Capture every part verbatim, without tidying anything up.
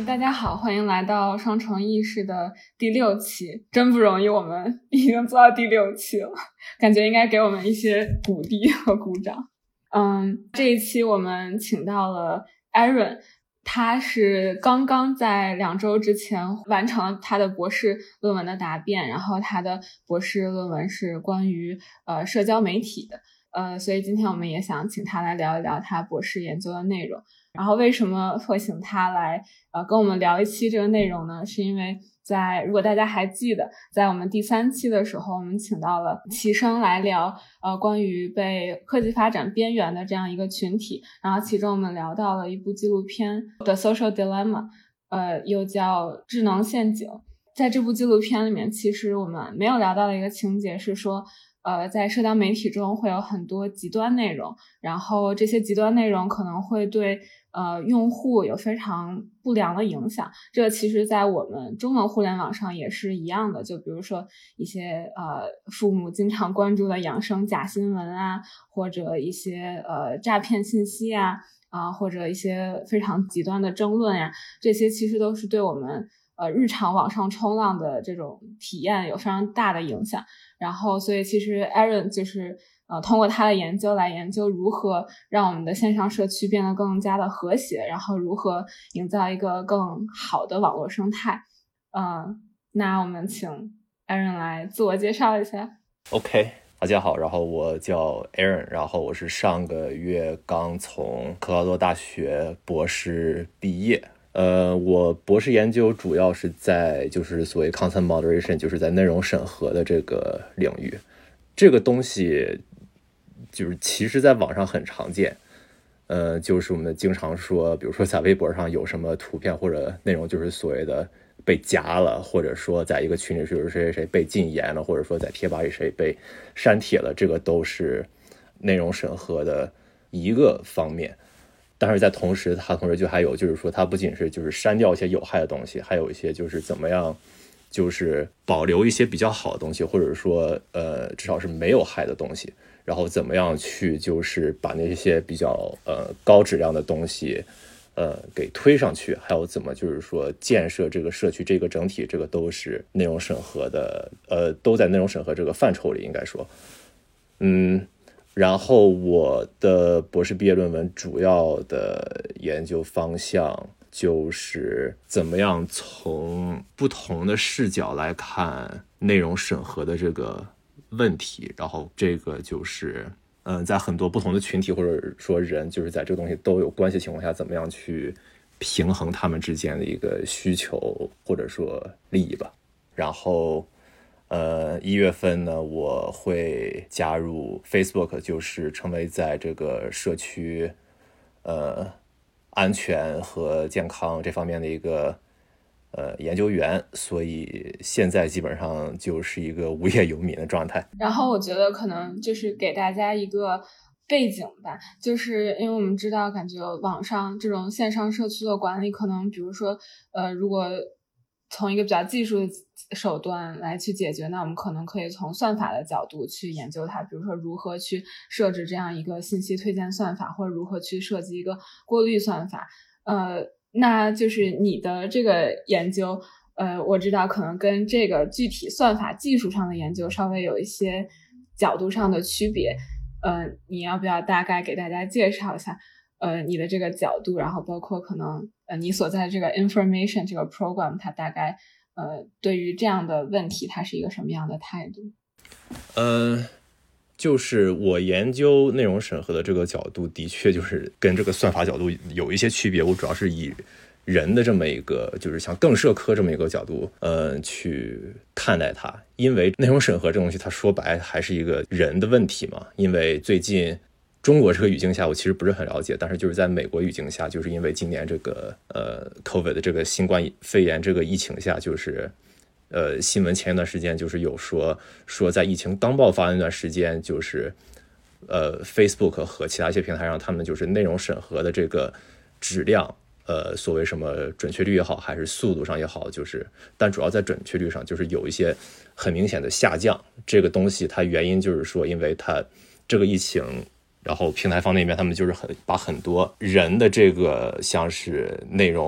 大家好，欢迎来到双重意识的第六期，真不容易，我们已经做到第六期了，感觉应该给我们一些鼓励和鼓掌。嗯，这一期我们请到了 Aaron， 他是刚刚在两周之前完成了他的博士论文的答辩，然后他的博士论文是关于呃社交媒体的，呃，所以今天我们也想请他来聊一聊他博士研究的内容。然后为什么会请他来呃跟我们聊一期这个内容呢？是因为在如果大家还记得，在我们第三期的时候，我们请到了齐生来聊呃关于被科技发展边缘的这样一个群体，然后其中我们聊到了一部纪录片 The Social Dilemma， 呃又叫智能陷阱。在这部纪录片里面，其实我们没有聊到的一个情节是说呃，在社交媒体中会有很多极端内容，然后这些极端内容可能会对呃用户有非常不良的影响。这个其实在我们中文互联网上也是一样的，就比如说一些呃父母经常关注的养生假新闻啊，或者一些呃诈骗信息啊，啊、呃、或者一些非常极端的争论呀，这些其实都是对我们呃日常网上冲浪的这种体验有非常大的影响。然后所以其实 Aaron 就是呃通过他的研究来研究如何让我们的线上社区变得更加的和谐，然后如何营造一个更好的网络生态。嗯、呃，那我们请 Aaron 来自我介绍一下。 OK， 大家好，然后我叫 Aaron， 然后我是上个月刚从科劳多大学博士毕业。呃，我博士研究主要是在就是所谓 content moderation， 就是在内容审核的这个领域。这个东西就是其实在网上很常见，呃，就是我们经常说，比如说在微博上有什么图片或者内容就是所谓的被夹了，或者说在一个群里是谁谁谁被禁言了，或者说在贴吧里谁被删帖了，这个都是内容审核的一个方面。但是在同时它同时就还有就是说它不仅是就是删掉一些有害的东西，还有一些就是怎么样就是保留一些比较好的东西，或者说呃至少是没有害的东西，然后怎么样去就是把那些比较呃高质量的东西呃给推上去，还有怎么就是说建设这个社区这个整体，这个都是内容审核的呃都在内容审核这个范畴里应该说。嗯然后我的博士毕业论文主要的研究方向就是怎么样从不同的视角来看内容审核的这个问题，然后这个就是嗯、呃，在很多不同的群体或者说人就是在这个东西都有关系情况下，怎么样去平衡他们之间的一个需求或者说利益吧。然后呃，一月份呢，我会加入 Facebook， 就是成为在这个社区，呃，安全和健康这方面的一个呃研究员，所以现在基本上就是一个无业游民的状态。 然后我觉得可能就是给大家一个背景吧，就是因为我们知道，感觉网上这种线上社区的管理，可能比如说，呃，如果从一个比较技术的手段来去解决，那我们可能可以从算法的角度去研究它，比如说如何去设置这样一个信息推荐算法，或者如何去设计一个过滤算法。呃，那就是你的这个研究，呃，我知道可能跟这个具体算法技术上的研究稍微有一些角度上的区别。呃，你要不要大概给大家介绍一下呃你的这个角度，然后包括可能呃你所在的这个 information 这个 program 它大概呃对于这样的问题它是一个什么样的态度？ 呃就是我研究内容审核的这个角度的确就是跟这个算法角度有一些区别，我主要是以人的这么一个就是像更社科这么一个角度呃去看待它。因为内容审核这东西它说白还是一个人的问题嘛。因为最近中国这个语境下我其实不是很了解，但是就是在美国语境下，就是因为今年这个呃 COVID 的这个新冠肺炎这个疫情下，就是呃新闻前一段时间就是有说说在疫情刚爆发那段时间，就是呃 Facebook 和其他一些平台上他们就是内容审核的这个质量呃，所谓什么准确率也好，还是速度上也好，就是但主要在准确率上就是有一些很明显的下降。这个东西它原因就是说，因为它这个疫情，然后平台方那边他们就是很把很多人的这个像是内容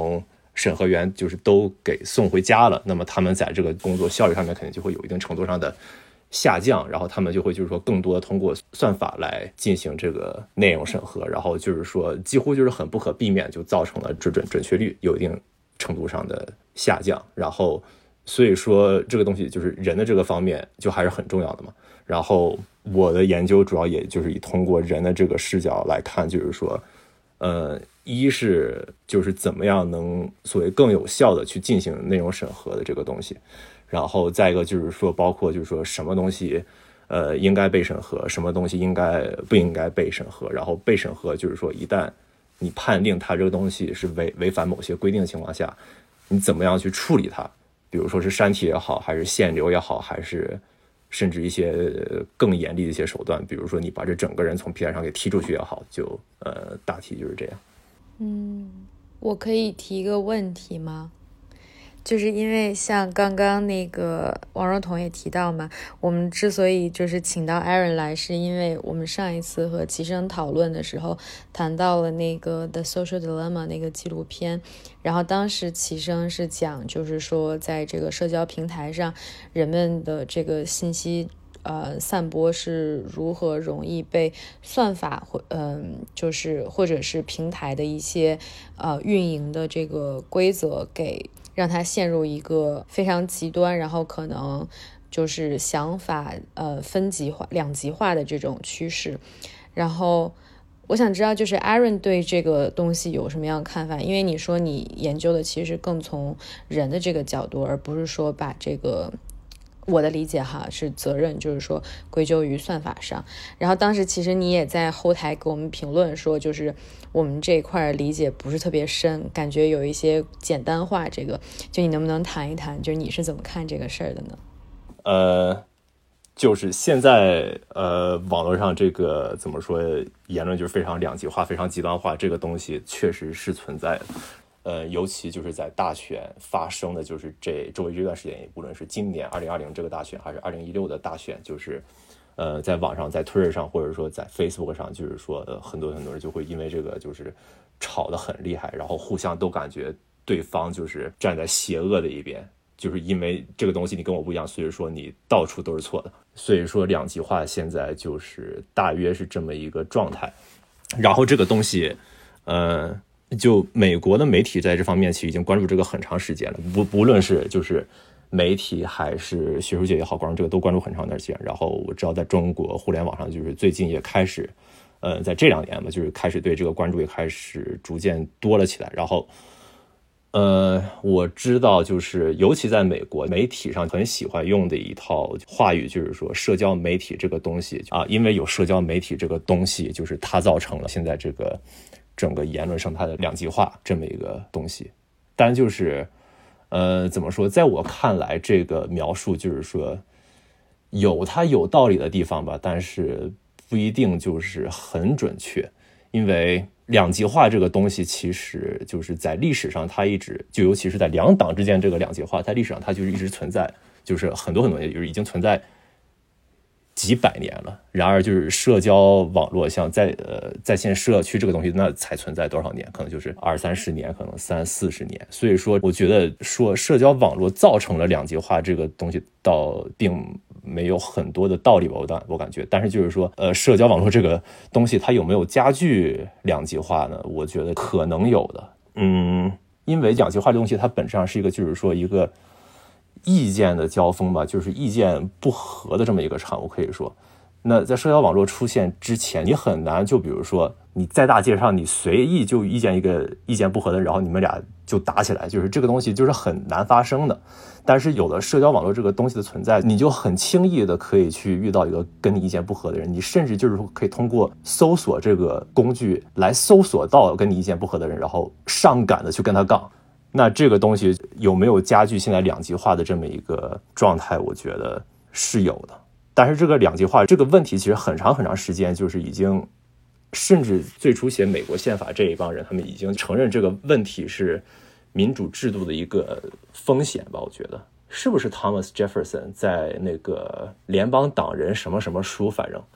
审核员就是都给送回家了，那么他们在这个工作效率上面肯定就会有一定程度上的下降，然后他们就会就是说更多的通过算法来进行这个内容审核，然后就是说几乎就是很不可避免就造成了准准准确率有一定程度上的下降，然后所以说这个东西就是人的这个方面就还是很重要的嘛。然后我的研究主要也就是以通过人的这个视角来看，就是说呃一是就是怎么样能所谓更有效的去进行内容审核的这个东西，然后再一个就是说包括就是说什么东西呃应该被审核，什么东西应该不应该被审核，然后被审核就是说一旦你判定它这个东西是违违反某些规定的情况下，你怎么样去处理它，比如说是删帖也好，还是限流也好，还是甚至一些更严厉的一些手段，比如说你把这整个人从平台上给踢出去也好，就呃大体就是这样。 嗯，我可以提一个问题吗？就是因为像刚刚那个王若彤也提到嘛，我们之所以就是请到 Aaron 来，是因为我们上一次和齐生讨论的时候谈到了那个 The Social Dilemma 那个纪录片，然后当时齐生是讲就是说在这个社交平台上人们的这个信息呃，散播是如何容易被算法或嗯、呃，就是或者是平台的一些呃运营的这个规则给让它陷入一个非常极端，然后可能就是想法呃分级化、两极化的这种趋势。然后我想知道，就是 Aaron 对这个东西有什么样的看法？因为你说你研究的其实更从人的这个角度，而不是说把这个。我的理解哈是责任就是说归咎于算法上，然后当时其实你也在后台给我们评论说，就是我们这一块理解不是特别深，感觉有一些简单化，这个就你能不能谈一谈，就是你是怎么看这个事儿的呢？ 呃，就是现在呃网络上这个怎么说言论就是非常两极化、非常极端化，这个东西确实是存在的。呃，尤其就是在大选发生的就是这周围这段时间，无论是今年二零二零这个大选，还是二零一六的大选，就是呃，在网上、在 Twitter 上，或者说在 Facebook 上，就是说、呃、很多很多人就会因为这个就是吵得很厉害，然后互相都感觉对方就是站在邪恶的一边，就是因为这个东西你跟我不一样，所以说你到处都是错的。所以说两极化现在就是大约是这么一个状态。然后这个东西，呃。就美国的媒体在这方面其实已经关注这个很长时间了，不不论是就是媒体还是学术界也好，关注这个都关注很长的时间。然后我知道在中国互联网上，就是最近也开始，呃，在这两年吧，就是开始对这个关注也开始逐渐多了起来。然后，呃，我知道就是尤其在美国媒体上很喜欢用的一套话语，就是说社交媒体这个东西啊，因为有社交媒体这个东西，就是它造成了现在这个。整个言论生态的两极化这么一个东西，但就是呃怎么说，在我看来这个描述就是说有它有道理的地方吧，但是不一定就是很准确。因为两极化这个东西其实就是在历史上它一直就尤其是在两党之间这个两极化，在历史上它就是一直存在，就是很多很多年就是已经存在几百年了。然而就是社交网络像在呃在线社区这个东西，那才存在多少年？可能就是二三十年，可能三四十年。所以说我觉得说社交网络造成了两极化这个东西倒并没有很多的道理吧，我感我感觉。但是就是说呃社交网络这个东西它有没有加剧两极化呢？我觉得可能有的。嗯，因为两极化这东西它本质上是一个就是说一个意见的交锋吧，就是意见不合的这么一个产物，可以说。那在社交网络出现之前，你很难就比如说你在大街上你随意就遇见一个意见不合的人，然后你们俩就打起来，就是这个东西就是很难发生的。但是有了社交网络这个东西的存在，你就很轻易的可以去遇到一个跟你意见不合的人，你甚至就是可以通过搜索这个工具来搜索到跟你意见不合的人，然后上赶的去跟他杠。那这个东西有没有加剧现在两极化的这么一个状态？我觉得是有的。但是这个两极化这个问题其实很长很长时间就是已经，甚至最初写美国宪法这一帮人他们已经承认这个问题是民主制度的一个风险吧。我觉得是不是 Thomas Jefferson 在那个联邦党人什么什么书，反正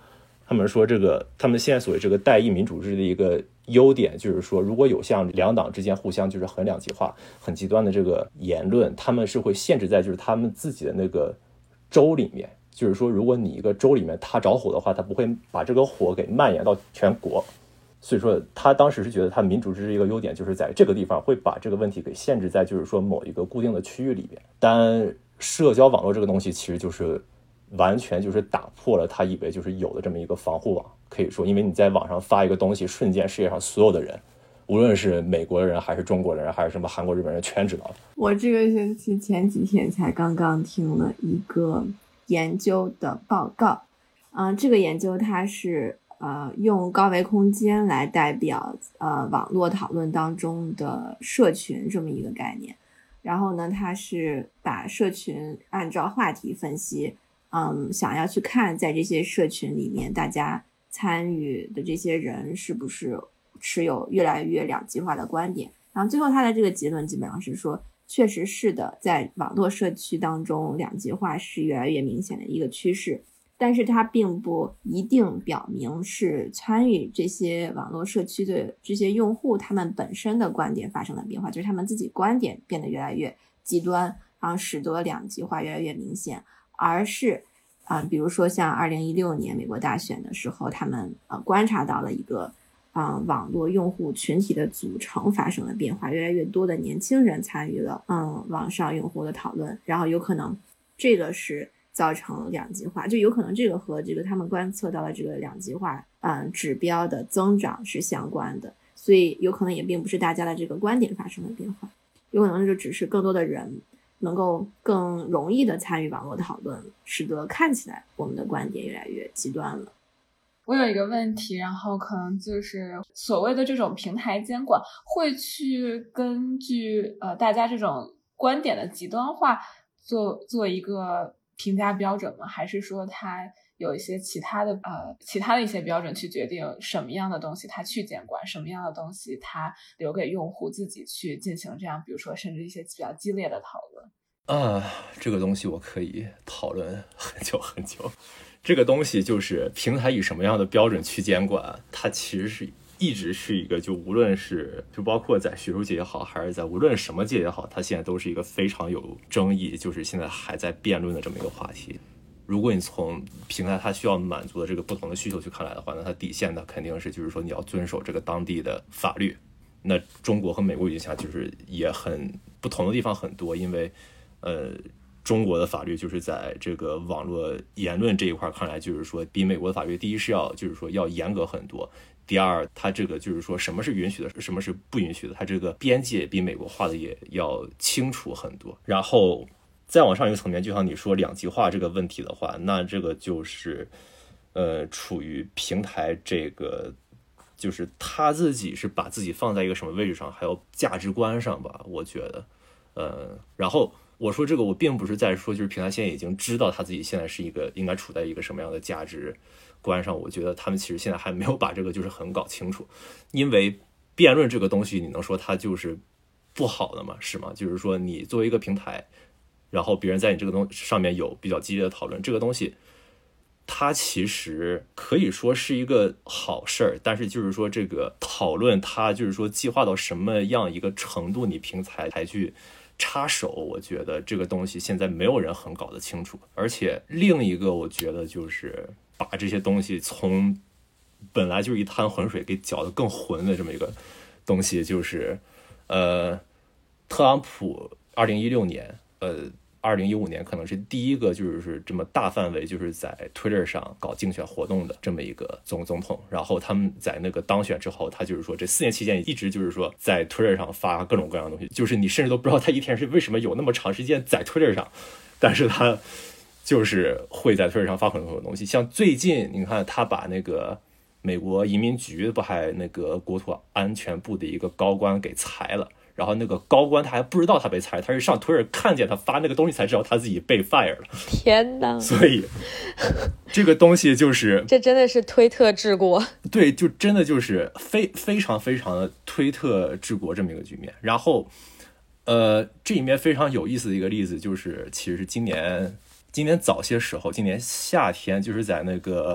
他们说这个他们现在所谓这个代议民主制的一个优点就是说，如果有像两党之间互相就是很两极化很极端的这个言论，他们是会限制在就是他们自己的那个州里面，就是说如果你一个州里面它着火的话，它不会把这个火给蔓延到全国。所以说他当时是觉得他民主制一个优点就是在这个地方会把这个问题给限制在就是说某一个固定的区域里边。但社交网络这个东西其实就是完全就是打破了他以为就是有的这么一个防护网，可以说因为你在网上发一个东西，瞬间世界上所有的人，无论是美国人还是中国人还是什么韩国日本人全知道了。 我这个星期前几天才刚刚听了一个研究的报告，嗯、呃，这个研究它是呃用高维空间来代表呃网络讨论当中的社群这么一个概念，然后呢它是把社群按照话题分析，嗯，想要去看在这些社群里面大家参与的这些人是不是持有越来越两极化的观点，然后最后他的这个结论基本上是说确实是的，在网络社区当中两极化是越来越明显的一个趋势，但是它并不一定表明是参与这些网络社区的这些用户他们本身的观点发生了变化，就是他们自己观点变得越来越极端，然后使得两极化越来越明显，而是啊、呃，比如说像二零一六年美国大选的时候，他们呃观察到了一个啊、呃、网络用户群体的组成发生了变化，越来越多的年轻人参与了嗯网上用户的讨论，然后有可能这个是造成两极化，就有可能这个和这个他们观测到的这个两极化嗯指标的增长是相关的，所以有可能也并不是大家的这个观点发生了变化，有可能就只是更多的人能够更容易的参与网络讨论，使得看起来我们的观点越来越极端了。 我有一个问题，然后可能就是所谓的这种平台监管会去根据呃大家这种观点的极端化做做一个评价标准吗？还是说它有一些其他的呃其他的一些标准去决定什么样的东西它去监管，什么样的东西它留给用户自己去进行这样比如说甚至一些比较激烈的讨论？ 啊，这个东西我可以讨论很久很久。这个东西就是平台以什么样的标准去监管，它其实是一直是一个，就无论是就包括在学术界也好，还是在无论什么界也好，它现在都是一个非常有争议，就是现在还在辩论的这么一个话题。如果你从平台它需要满足的这个不同的需求去看来的话，那它底线呢肯定是就是说你要遵守这个当地的法律。那中国和美国影响就是也很不同的地方很多，因为呃。中国的法律就是在这个网络言论这一块看来，就是说比美国的法律第一是要就是说要严格很多，第二它这个就是说什么是允许的，什么是不允许的，它这个边界比美国画的也要清楚很多。然后再往上一个层面，就像你说两极化这个问题的话，那这个就是呃处于平台这个就是他自己是把自己放在一个什么位置上，还有价值观上吧，我觉得呃然后我说这个我并不是在说就是平台现在已经知道他自己现在是一个应该处在一个什么样的价值观上，我觉得他们其实现在还没有把这个就是很搞清楚。因为辩论这个东西你能说它就是不好的吗？是吗？就是说你作为一个平台，然后别人在你这个东西上面有比较激烈的讨论，这个东西它其实可以说是一个好事儿，但是就是说这个讨论它就是说计划到什么样一个程度你平台才去插手，我觉得这个东西现在没有人很搞得清楚。而且另一个我觉得就是把这些东西从本来就是一滩浑水给搅得更浑的这么一个东西，就是呃，特朗普二零一六年呃二零一五年可能是第一个就是这么大范围就是在 Twitter 上搞竞选活动的这么一个总总统。然后他们在那个当选之后，他就是说这四年期间一直就是说在 Twitter 上发各种各样的东西，就是你甚至都不知道他一天是为什么有那么长时间在 Twitter 上，但是他就是会在 Twitter 上发很多很多东西。像最近你看他把那个美国移民局不还那个国土安全部的一个高官给裁了，然后那个高官他还不知道他被裁，他是上 Twitter 看见他发那个东西才知道他自己被 fire 了。 天哪！ 所以这个东西就是这真的是推特治国。 对，就真的就是非非常非常的推特治国这么一个局面。然后呃，这里面非常有意思的一个例子就是其实是今年今年早些时候，今年夏天就是在那个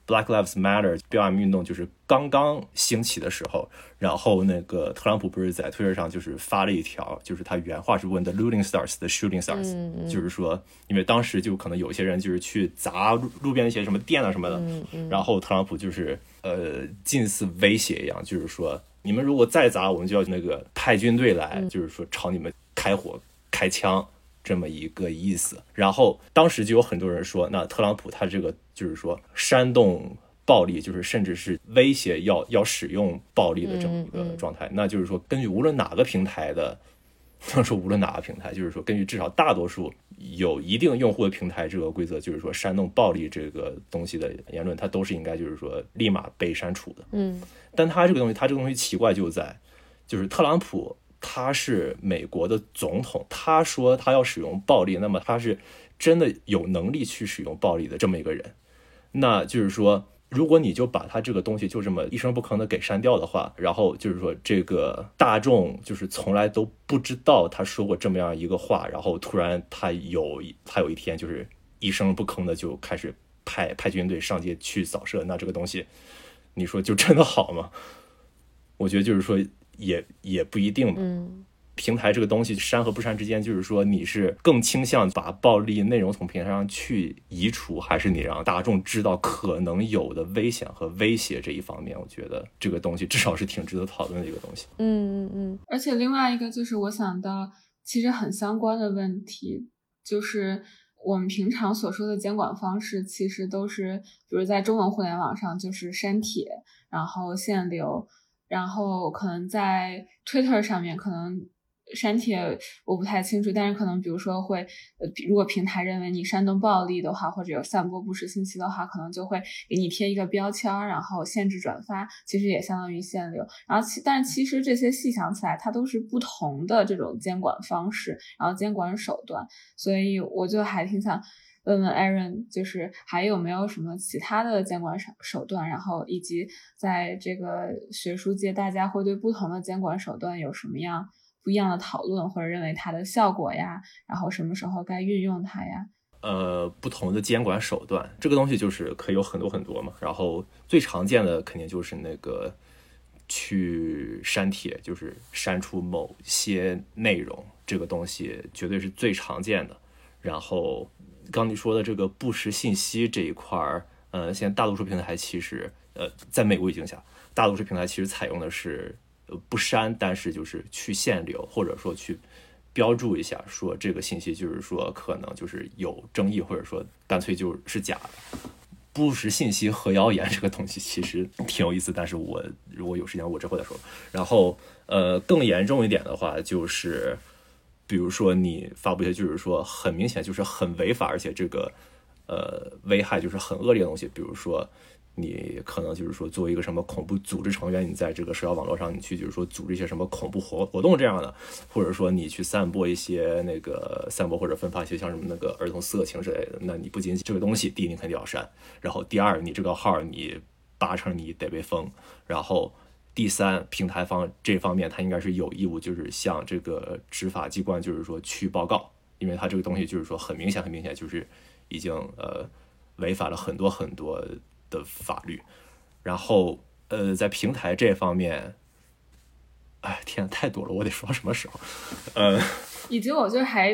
Black Lives Matter B L M 运动就是刚刚兴起的时候，然后那个特朗普不是在推特上就是发了一条，就是他原话是问 The looting starts, the shooting starts、嗯嗯、就是说因为当时就可能有些人就是去砸路边那些什么店啊什么的、嗯嗯、然后特朗普就是呃近似威胁一样，就是说你们如果再砸我们就要那个派军队来、嗯、就是说朝你们开火开枪这么一个意思。然后当时就有很多人说，那特朗普他这个就是说煽动暴力，就是甚至是威胁要要使用暴力的这么一个状态、嗯嗯、那就是说根据无论哪个平台的说无论哪个平台就是说根据至少大多数有一定用户的平台这个规则，就是说煽动暴力这个东西的言论它都是应该就是说立马被删除的。 嗯， 但他这个东西他这个东西奇怪就在就是特朗普他是美国的总统，他说他要使用暴力，那么他是真的有能力去使用暴力的这么一个人。那就是说如果你就把他这个东西就这么一声不吭的给删掉的话，然后就是说这个大众就是从来都不知道他说过这么样一个话，然后突然他有他有一天就是一声不吭的就开始派派军队上街去扫射，那这个东西你说就真的好吗？我觉得就是说也也不一定吧。 嗯， 平台这个东西删和不删之间，就是说你是更倾向把暴力内容从平台上去移除，还是你让大众知道可能有的危险和威胁这一方面，我觉得这个东西至少是挺值得讨论的一个东西。 嗯嗯嗯。 而且另外一个就是我想到其实很相关的问题，就是我们平常所说的监管方式其实都是比如在中文互联网上就是删帖，然后限流，然后可能在 Twitter 上面可能删帖我不太清楚，但是可能比如说会呃，如果平台认为你煽动暴力的话，或者有散播不实信息的话，可能就会给你贴一个标签，然后限制转发，其实也相当于限流。然后其但是其实这些细想起来它都是不同的这种监管方式，然后监管手段，所以我就还挺想问问 Aaron 就是还有没有什么其他的监管手段，然后以及在这个学术界大家会对不同的监管手段有什么样不一样的讨论，或者认为它的效果呀，然后什么时候该运用它呀。 呃，不同的监管手段这个东西就是可以有很多很多嘛，然后最常见的肯定就是那个去删帖，就是删除某些内容，这个东西绝对是最常见的。然后刚你说的这个不实信息这一块儿，呃，现在大多数平台其实呃，在美国语境下，大多数平台其实采用的是不删，但是就是去限流，或者说去标注一下说这个信息就是说可能就是有争议，或者说干脆就是假的。不实信息和谣言这个东西其实挺有意思，但是我如果有时间我之后再说。然后呃更严重一点的话，就是比如说你发布一些就是说很明显就是很违法，而且这个呃危害就是很恶劣的东西，比如说你可能就是说作为一个什么恐怖组织成员，你在这个社交网络上你去就是说组织一些什么恐怖活活动这样的，或者说你去散播一些那个散播或者分发一些像什么那个儿童色情之类的，那你不仅仅这个东西第一你肯定要删，然后第二你这个号你八成你得被封，然后第三平台方这方面他应该是有义务就是向这个执法机关就是说去报告，因为他这个东西就是说很明显很明显就是已经呃违反了很多很多的法律。然后呃在平台这方面，哎天太多了，我得说到什么时候？呃以及我就还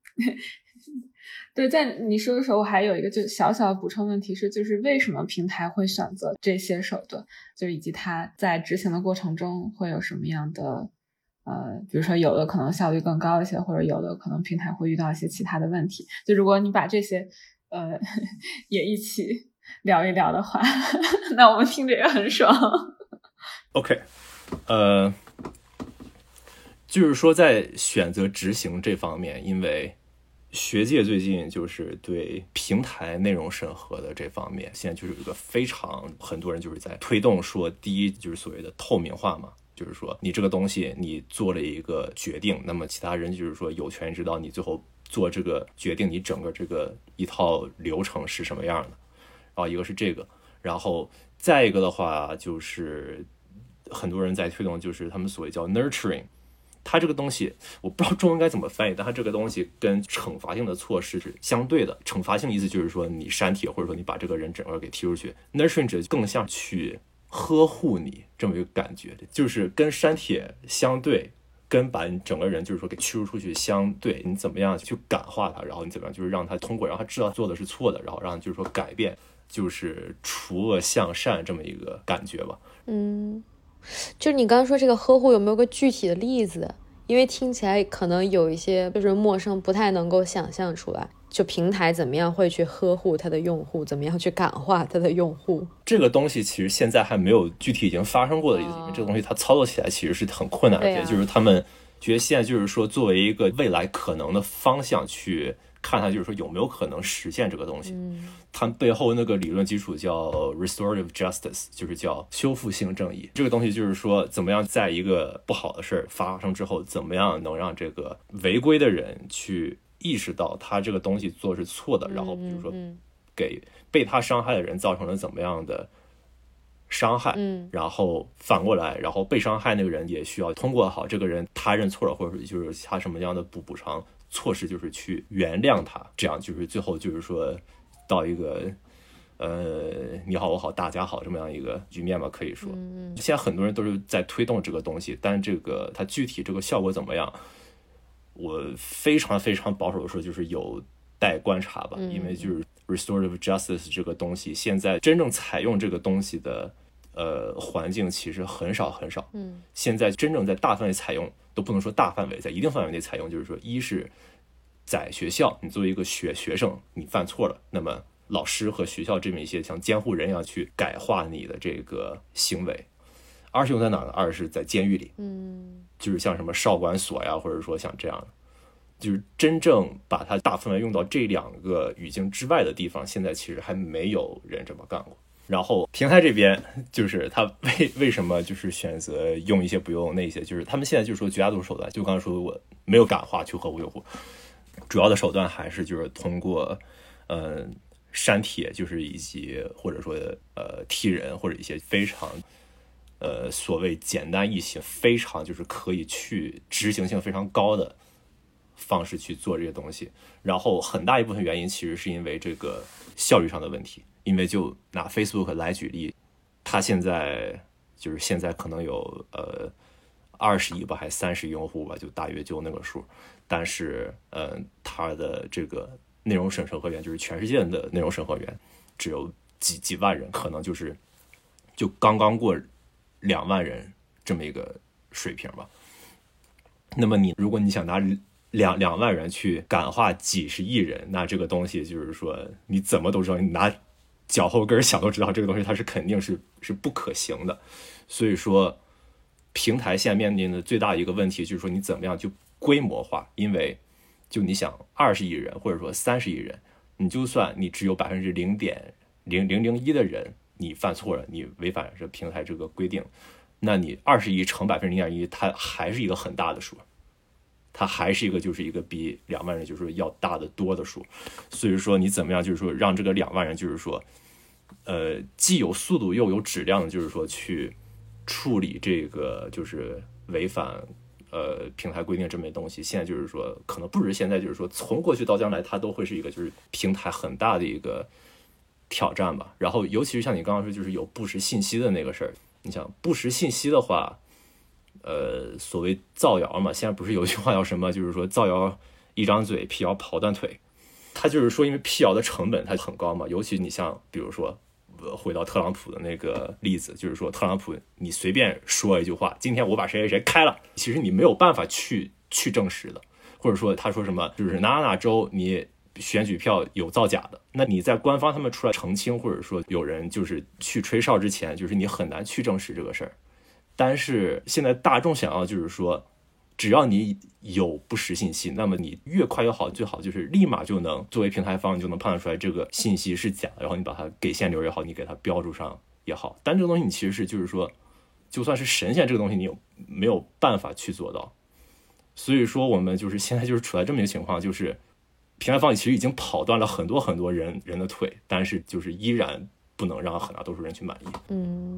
对，在你说的时候我还有一个就小小的补充问题是，就是为什么平台会选择这些手段，就以及它在执行的过程中会有什么样的呃，比如说有的可能效率更高一些，或者有的可能平台会遇到一些其他的问题，就如果你把这些呃也一起聊一聊的话那我们听着也很爽。 OK 呃就是说在选择执行这方面，因为学界最近就是对平台内容审核的这方面现在就是有一个非常很多人就是在推动说，第一就是所谓的透明化嘛，就是说你这个东西你做了一个决定，那么其他人就是说有权知道你最后做这个决定你整个这个一套流程是什么样的。然后一个是这个，然后再一个的话就是很多人在推动就是他们所谓叫 nurturing， 它这个东西我不知道中文该怎么翻译，但它这个东西跟惩罚性的措施是相对的。惩罚性的意思就是说你删帖，或者说你把这个人整个给踢出去， nurturing 者更像去呵护你这么一个感觉，就是跟删帖相对，跟把你整个人就是说给驱逐出去相对，你怎么样去感化他，然后你怎么样就是让他通过，让他知道做的是错的，然后让他就是说改变，就是除恶向善这么一个感觉吧。 嗯，就是你刚刚说这个呵护有没有个具体的例子？因为听起来可能有一些就是陌生，不太能够想象出来，就平台怎么样会去呵护它的用户，怎么样去感化它的用户。这个东西其实现在还没有具体已经发生过的例子，因为这个东西它操作起来其实是很困难，而且就是他们觉得现在就是说作为一个未来可能的方向去看它，就是说有没有可能实现这个东西。嗯，它背后那个理论基础叫 restorative justice， 就是叫修复性正义。这个东西就是说怎么样在一个不好的事儿发生之后，怎么样能让这个违规的人去意识到他这个东西做是错的，然后比如说给被他伤害的人造成了怎么样的伤害，嗯，然后反过来，然后被伤害那个人也需要通过好这个人他认错了，或者就是他什么样的补补偿措施，就是去原谅他，这样就是最后就是说到一个呃你好我好大家好这么样一个局面吧，可以说。嗯，现在很多人都是在推动这个东西，但这个它具体这个效果怎么样，我非常非常保守的说就是有待观察吧。因为就是 restorative justice 这个东西现在真正采用这个东西的呃环境其实很少很少。嗯，现在真正在大范围采用，都不能说大范围，在一定范围内采用，就是说一是在学校，你作为一个学学生你犯错了，那么老师和学校这么一些像监护人一样去改化你的这个行为。二是用在哪呢？二是在监狱里，嗯，就是像什么少管所呀，或者说像这样的，就是真正把它大范围用到这两个语境之外的地方，现在其实还没有人这么干过。然后平台这边就是他为为什么就是选择用一些不用那些，就是他们现在就是说绝大多数手段，就刚才说我没有感化去呵护用户，主要的手段还是就是通过呃删帖，就是以及或者说呃踢人，或者一些非常呃所谓简单易行，非常就是可以去执行性非常高的方式去做这些东西。然后很大一部分原因其实是因为这个效率上的问题。因为就拿 Facebook 来举例，它现在就是现在可能有呃二十亿吧，还三十亿用户吧，就大约就那个数。但是呃，它的这个内容审核员，就是全世界的内容审核员，只有几几万人，可能就是就刚刚过两万人这么一个水平吧。那么你如果你想拿两两万人去感化几十亿人，那这个东西就是说你怎么都知道，你拿脚后跟想都知道这个东西它是肯定是是不可行的。所以说平台现在面临的最大一个问题就是说你怎么样就规模化。因为就你想二十亿人或者说三十亿人，你就算你只有百分之零点零零零一的人你犯错了，你违反这平台这个规定，那你二十亿乘百分之零点一，它还是一个很大的数，它还是一个就是一个比两万人就是要大的多的数。所以说你怎么样就是说让这个两万人就是说呃既有速度又有质量的就是说去处理这个就是违反呃平台规定这么东西，现在就是说可能不止现在，就是说从过去到将来它都会是一个就是平台很大的一个挑战吧。然后尤其是像你刚刚说就是有不实信息的那个事儿，你想不实信息的话，呃，所谓造谣嘛，现在不是有一句话叫什么？就是说造谣一张嘴，辟谣跑断腿。他就是说，因为辟谣的成本它很高嘛，尤其你像比如说，回到特朗普的那个例子，就是说特朗普你随便说一句话，今天我把谁谁谁开了，其实你没有办法去去证实的。或者说他说什么，就是哪哪哪州你选举票有造假的，那你在官方他们出来澄清，或者说有人就是去吹哨之前，就是你很难去证实这个事儿。但是现在大众想要就是说，只要你有不实信息，那么你越快越好，最好就是立马就能作为平台方，你就能判断出来这个信息是假的，然后你把它给限流也好，你给它标注上也好。但这个东西你其实是就是说，就算是神仙这个东西，你有没有办法去做到？所以说我们就是现在就是处在这么一个情况，就是平台方其实已经跑断了很多很多人人的腿，但是就是依然不能让很大多数人去满意。 嗯。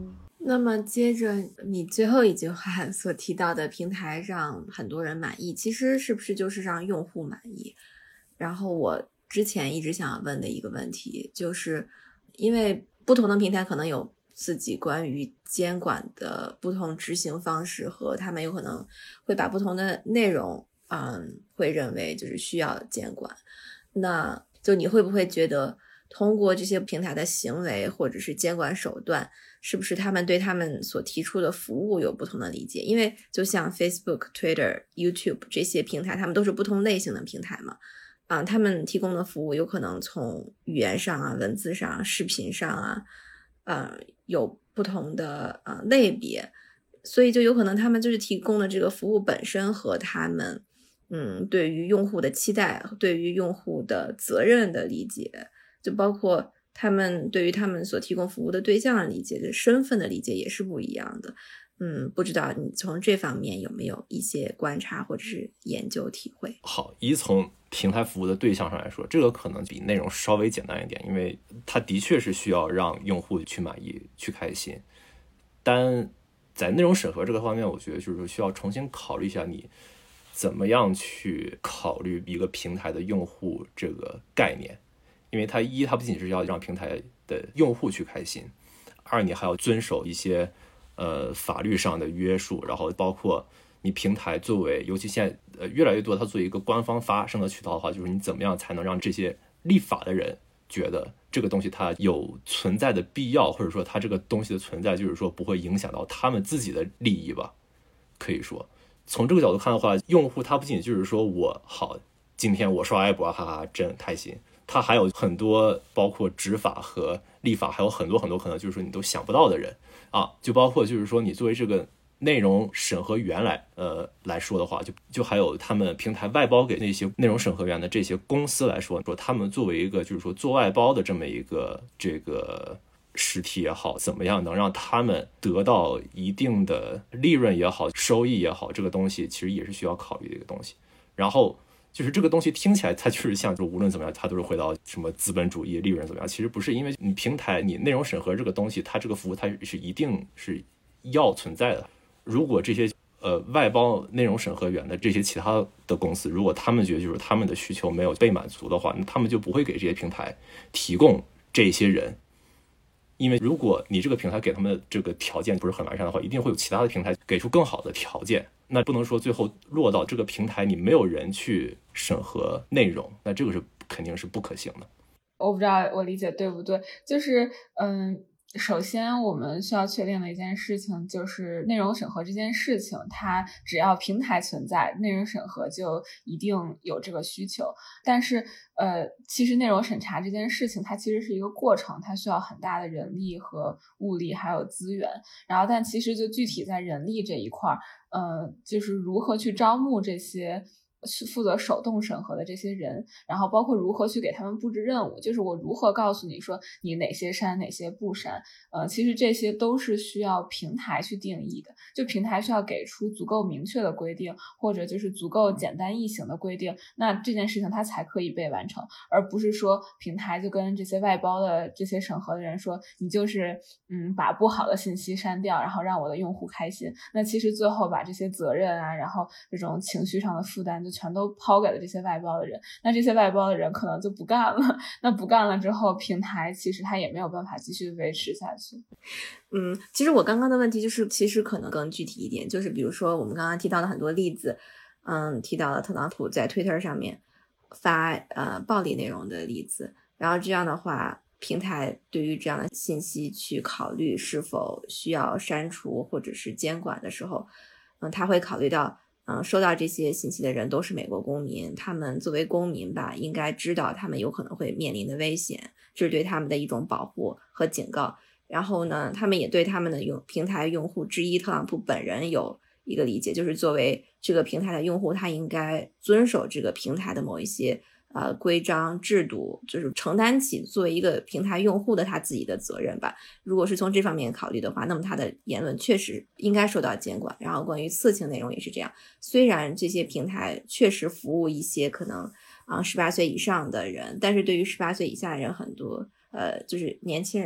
那么接着你最后一句话所提到的平台让很多人满意，其实是不是就是让用户满意？然后我之前一直想要问的一个问题，就是因为不同的平台可能有自己关于监管的不同执行方式，和他们有可能会把不同的内容嗯，会认为就是需要监管。那就你会不会觉得通过这些平台的行为或者是监管手段，是不是他们对他们所提出的服务有不同的理解？因为就像 Facebook、Twitter、YouTube 这些平台，他们都是不同类型的平台嘛，啊，他们提供的服务有可能从语言上啊、文字上啊、视频上啊，呃，有不同的呃类别，所以就有可能他们就是提供的这个服务本身和他们嗯对于用户的期待、对于用户的责任的理解，就包括他们对于他们所提供服务的对象的理解、的身份的理解也是不一样的。嗯，不知道你从这方面有没有一些观察或者是研究体会？ 好，一从平台服务的对象上来说，这个可能比内容稍微简单一点，因为它的确是需要让用户去满意、去开心。但在内容审核这个方面，我觉得就是需要重新考虑一下你怎么样去考虑一个平台的用户这个概念，因为它一它不仅是要让平台的用户去开心，二你还要遵守一些呃法律上的约束，然后包括你平台作为，尤其现在呃越来越多它作为一个官方发声的渠道的话，就是你怎么样才能让这些立法的人觉得这个东西它有存在的必要，或者说它这个东西的存在就是说不会影响到他们自己的利益吧。可以说从这个角度看的话，用户他不仅就是说我好今天我刷微博哈哈真开心，他还有很多包括执法和立法，还有很多很多可能就是说你都想不到的人啊，就包括就是说你作为这个内容审核员来呃来说的话，就就还有他们平台外包给那些内容审核员的这些公司来说，说他们作为一个就是说做外包的这么一个这个实体也好，怎么样能让他们得到一定的利润也好、收益也好，这个东西其实也是需要考虑的一个东西。然后就是这个东西听起来它就是像就无论怎么样它都是回到什么资本主义利润怎么样，其实不是，因为你平台你内容审核这个东西，它这个服务它是一定是要存在的。如果这些呃外包内容审核员的这些其他的公司，如果他们觉得就是他们的需求没有被满足的话，那他们就不会给这些平台提供这些人。因为如果你这个平台给他们的这个条件不是很完善的话，一定会有其他的平台给出更好的条件，那不能说最后落到这个平台你没有人去审核内容，那这个是肯定是不可行的。 我不知道我理解对不对，就是嗯首先我们需要确定的一件事情就是内容审核这件事情，它只要平台存在，内容审核就一定有这个需求。但是呃，其实内容审查这件事情它其实是一个过程，它需要很大的人力和物力还有资源。然后但其实就具体在人力这一块呃，就是如何去招募这些负责手动审核的这些人，然后包括如何去给他们布置任务，就是我如何告诉你说你哪些删哪些不删，呃，其实这些都是需要平台去定义的，就平台需要给出足够明确的规定，或者就是足够简单易行的规定，那这件事情它才可以被完成，而不是说平台就跟这些外包的这些审核的人说你就是嗯把不好的信息删掉，然后让我的用户开心，那其实最后把这些责任啊，然后这种情绪上的负担就全都抛给了这些外包的人，那这些外包的人可能就不干了，那不干了之后平台其实它也没有办法继续维持下去。 嗯，其实我刚刚的问题就是其实可能更具体一点，就是比如说我们刚刚提到的很多例子，嗯，提到了特朗普在 Twitter 上面发呃暴力内容的例子，然后这样的话平台对于这样的信息去考虑是否需要删除或者是监管的时候，嗯，他会考虑到嗯，收到这些信息的人都是美国公民，他们作为公民吧，应该知道他们有可能会面临的危险，这是对他们的一种保护和警告。然后呢，他们也对他们的用平台用户之一特朗普本人有一个理解，就是作为这个平台的用户，他应该遵守这个平台的某一些呃规章制度，就是承担起作为一个平台用户的他自己的责任吧。如果是从这方面考虑的话，那么他的言论确实应该受到监管。然后关于色情内容也是这样，虽然这些平台确实服务一些可能啊十八岁以上的人，但是对于十八岁以下的人很多呃就是年轻人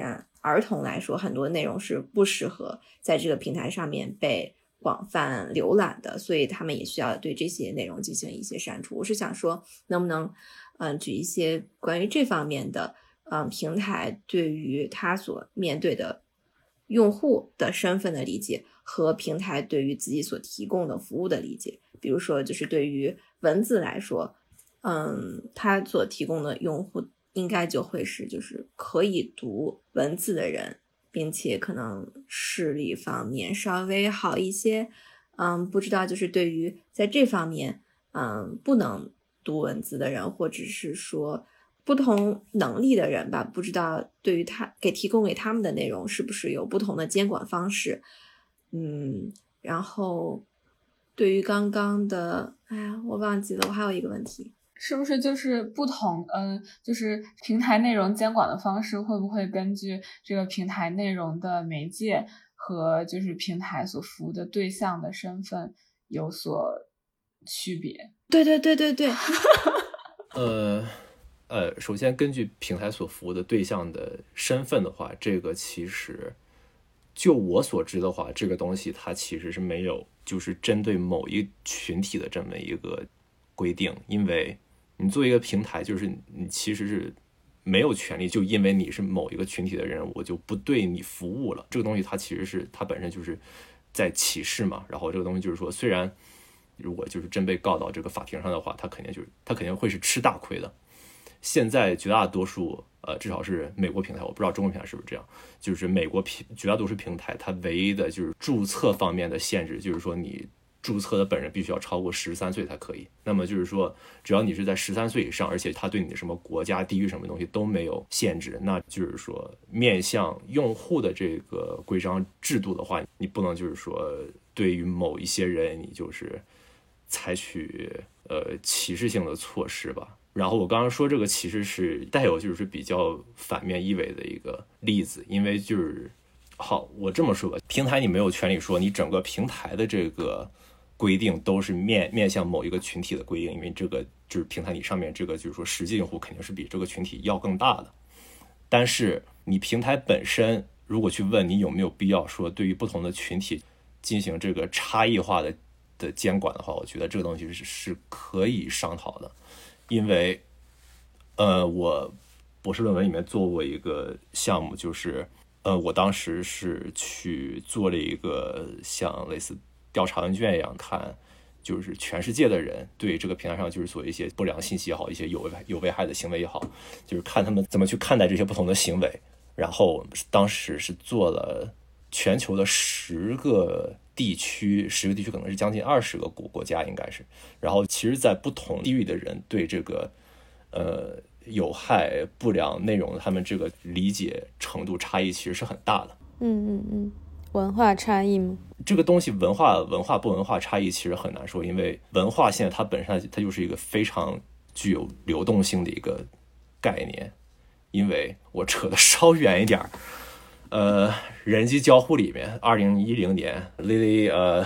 儿童来说，很多内容是不适合在这个平台上面被广泛浏览的，所以他们也需要对这些内容进行一些删除。我是想说，能不能嗯举一些关于这方面的嗯平台对于他所面对的用户的身份的理解和平台对于自己所提供的服务的理解。比如说就是对于文字来说，嗯他所提供的用户应该就会是就是可以读文字的人，并且可能视力方面稍微好一些。嗯，不知道就是对于在这方面嗯不能读文字的人，或者是说不同能力的人吧，不知道对于他给提供给他们的内容是不是有不同的监管方式。嗯，然后对于刚刚的，哎呀，我忘记了，我还有一个问题。 是不是就是不同嗯、呃，就是平台内容监管的方式会不会根据这个平台内容的媒介和就是平台所服务的对象的身份有所区别？ 对对对对对。 呃呃，首先根据平台所服务的对象的身份的话，这个其实就我所知的话，这个东西它其实是没有就是针对某一群体的这么一个规定，因为你作为一个平台，就是你其实是没有权利就因为你是某一个群体的人，我就不对你服务了。这个东西它其实是它本身就是在歧视嘛。然后这个东西就是说，虽然如果就是真被告到这个法庭上的话，他肯定就是他肯定会是吃大亏的。现在绝大多数呃，至少是美国平台，我不知道中国平台是不是这样，就是美国平绝大多数平台，它唯一的就是注册方面的限制，就是说你注册的本人必须要超过十三岁才可以。那么就是说，只要你是在十三岁以上，而且他对你的什么国家、地域什么东西都没有限制，那就是说面向用户的这个规章制度的话，你不能就是说对于某一些人，你就是采取呃歧视性的措施吧。然后我刚刚说这个其实是带有就是比较反面意味的一个例子，因为就是好，我这么说吧，平台你没有权利说你整个平台的这个规定都是面面向某一个群体的规定，因为这个就是平台你上面这个就是说实际用户肯定是比这个群体要更大的。但是你平台本身如果去问你有没有必要说对于不同的群体进行这个差异化的的监管的话，我觉得这个东西是是可以商讨的。因为呃我博士论文里面做过一个项目，就是呃我当时是去做了一个像类似调查问卷一样，看就是全世界的人对这个平台上就是所谓一些不良信息也好，一些有危有危害的行为也好，就是看他们怎么去看待这些不同的行为。然后当时是做了全球的十个地区，十个地区可能是将近二十个国国家应该是。然后其实在不同地域的人对这个呃有害不良内容他们这个理解程度差异其实是很大的。 嗯嗯嗯，文化差异吗？ 这个东西文化文化不文化差异其实很难说，因为文化现在它本身它就是一个非常具有流动性的一个概念。因为我扯得稍远一点，呃，人机交互里面，二零一零年 Lily 呃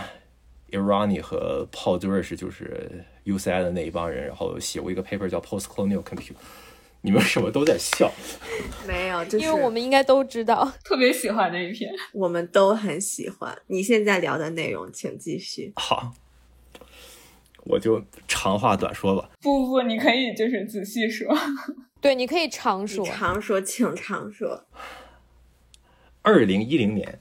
Irani 和 Paul Durish 就是 U C I 的那一帮人，然后写过一个 paper 叫 Post-Colonial Compute。你们为什么都在笑？ 没有，就是因为我们应该都知道， 特别喜欢这一篇， 我们都很喜欢。你现在聊的内容，请继续。 好，我就长话短说吧。 不不不，你可以就是仔细说。 对，你可以常说， 常说，请常说。 二零一零年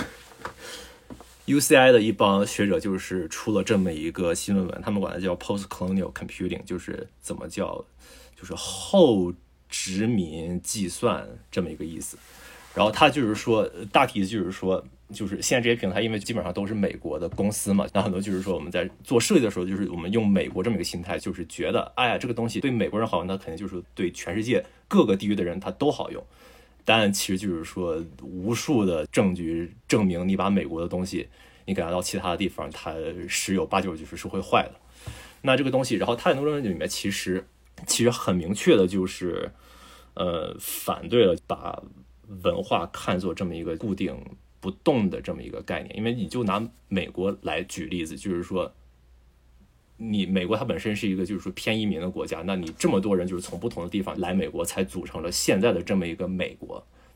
U C I 的一帮学者就是出了这么一个新论文，他们管它叫 Post-Colonial Computing， 就是怎么叫就是后殖民计算这么一个意思。然后他就是说大体就是说就是现在这些平台因为基本上都是美国的公司嘛，那很多就是说我们在做设计的时候，就是我们用美国这么一个心态，就是觉得哎呀这个东西对美国人好用，那肯定就是对全世界各个地域的人他都好用。但其实就是说无数的证据证明你把美国的东西你给拿到其他的地方，它十有八九就是是会坏的。那这个东西然后他的论文里面其实其实很明确的就是呃反对了把文化看作这么一个固定不动的这么一个概念。因为你就拿美国来举例子，就是说你美国它本身是一个就是说偏移民的国家，那你这么多人就是从不同的地方来美国才组成了现在的这么一个美国，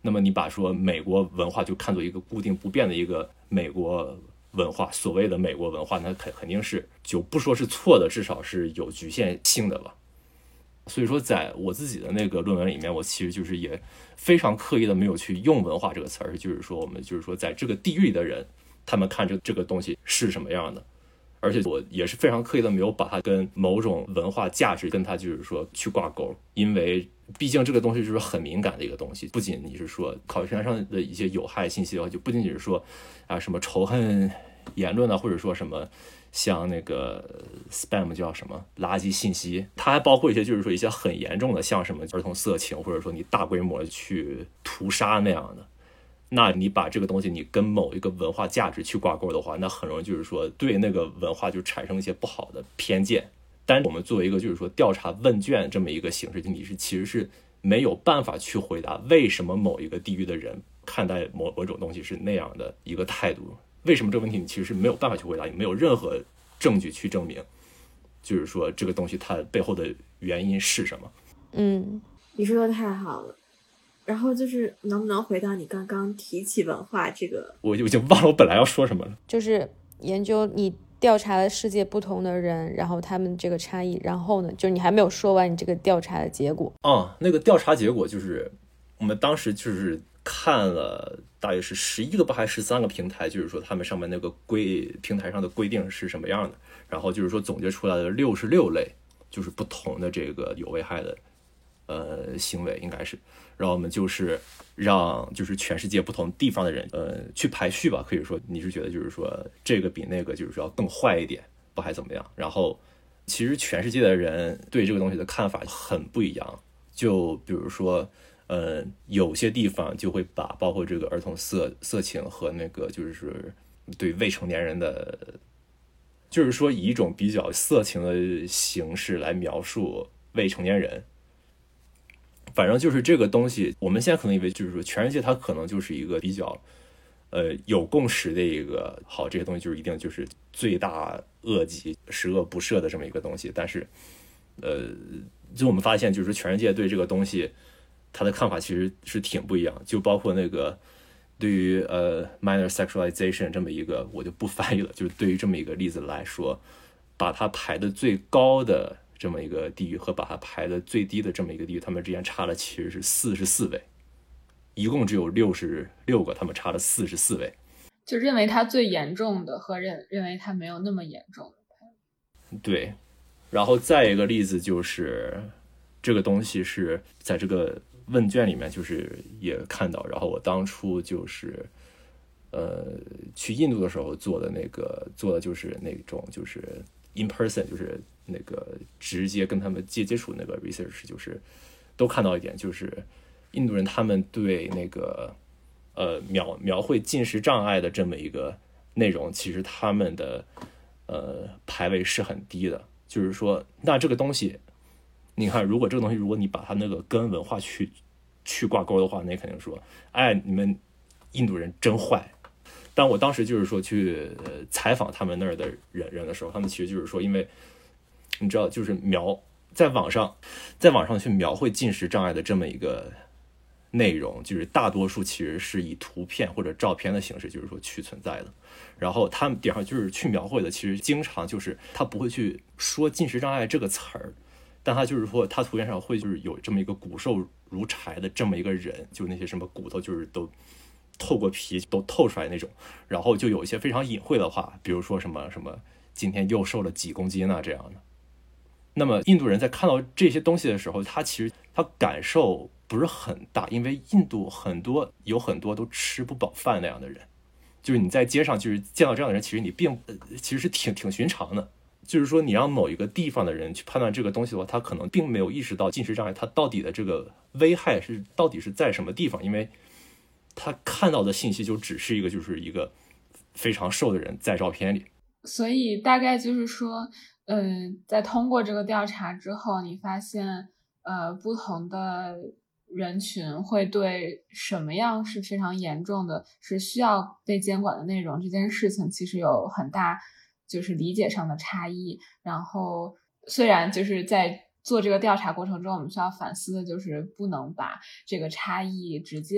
那么你把说美国文化就看作一个固定不变的一个美国文化，所谓的美国文化，那肯肯定是就不说是错的，至少是有局限性的了。所以说在我自己的那个论文里面，我其实就是也非常刻意的没有去用文化这个词儿，就是说我们就是说在这个地域里的人，他们看这这个东西是什么样的，而且我也是非常刻意的没有把它跟某种文化价值跟它就是说去挂钩，因为毕竟这个东西就是很敏感的一个东西，不仅你是说考试平台上的一些有害信息的话，就不仅仅是说啊什么仇恨言论啊，或者说什么像那个 spam 叫什么垃圾信息，它还包括一些就是说一些很严重的，像什么儿童色情，或者说你大规模去屠杀那样的。那你把这个东西你跟某一个文化价值去挂钩的话，那很容易就是说对那个文化就产生一些不好的偏见。但我们作为一个就是说调查问卷这么一个形式，你是其实是没有办法去回答为什么某一个地域的人看待某某种东西是那样的一个态度。为什么这个问题你其实是没有办法去回答，你没有任何证据去证明就是说这个东西它背后的原因是什么。 嗯， 你说的太好了。然后就是能不能回到你刚刚提起文化这个， 我就已经忘了我本来要说什么了。 就是研究你调查了世界不同的人，然后他们这个差异，然后呢就是你还没有说完你这个调查的结果。 哦，那个调查结果就是我们当时就是看了大约是十一个吧还是十三个平台，就是说他们上面那个规平台上的规定是什么样的，然后就是说总结出来的六十六类就是不同的这个有危害的呃行为应该是，然后我们就是让就是全世界不同地方的人呃去排序吧，可以说你是觉得就是说这个比那个就是说要更坏一点不还怎么样，然后其实全世界的人对这个东西的看法很不一样，就比如说呃有些地方就会把包括这个儿童色色情和那个就是对未成年人的就是说以一种比较色情的形式来描述未成年人。反正就是这个东西我们现在可能以为就是说全世界它可能就是一个比较呃有共识的一个好这些东西就是一定就是罪大恶极十恶不赦的这么一个东西，但是呃就我们发现就是全世界对这个东西它的看法其实是挺不一样，就包括那个对于呃 minor sexualization 这么一个我就不翻译了，就是对于这么一个例子来说，把它排的最高的这么一个地域和把它排的最低的这么一个地域，他们之间差了其实是四十四位，一共只有六十六个，他们差了四十四位， 就认为它最严重的和认认为它没有那么严重的。 对，然后再一个例子就是这个东西是在这个问卷里面就是也看到，然后我当初就是呃去印度的时候做的那个做的就是那种就是 in person 就是那个直接跟他们接接触那个 research， 就是都看到一点，就是印度人他们对那个呃描描绘进食障碍的这么一个内容，其实他们的呃排位是很低的。就是说，那这个东西，你看，如果这个东西，如果你把它那个跟文化去去挂钩的话，那肯定说，哎，你们印度人真坏。但我当时就是说去呃采访他们那儿的人人的时候，他们其实就是说，因为你知道，就是描在网上，在网上去描绘进食障碍的这么一个内容，就是大多数其实是以图片或者照片的形式，就是说去存在的。然后他们顶上就是去描绘的，其实经常就是他不会去说进食障碍这个词儿，但他就是说他图片上会就是有这么一个骨瘦如柴的这么一个人，就是那些什么骨头就是都透过皮都透出来那种，然后就有一些非常隐晦的话，比如说什么什么今天又瘦了几公斤啊这样的。那么印度人在看到这些东西的时候，他其实他感受不是很大，因为印度很多有很多都吃不饱饭那样的人，就是你在街上就是见到这样的人，其实你并其实是挺挺寻常的。就是说你让某一个地方的人去判断这个东西的话，他可能并没有意识到进食障碍它到底的这个危害是到底是在什么地方，因为他看到的信息就只是一个就是一个非常瘦的人在照片里。 所以大概就是说嗯、呃，在通过这个调查之后，你发现呃不同的人群会对什么样是非常严重的是需要被监管的内容这件事情其实有很大就是理解上的差异。然后虽然就是在做这个调查过程中我们需要反思的就是不能把这个差异直接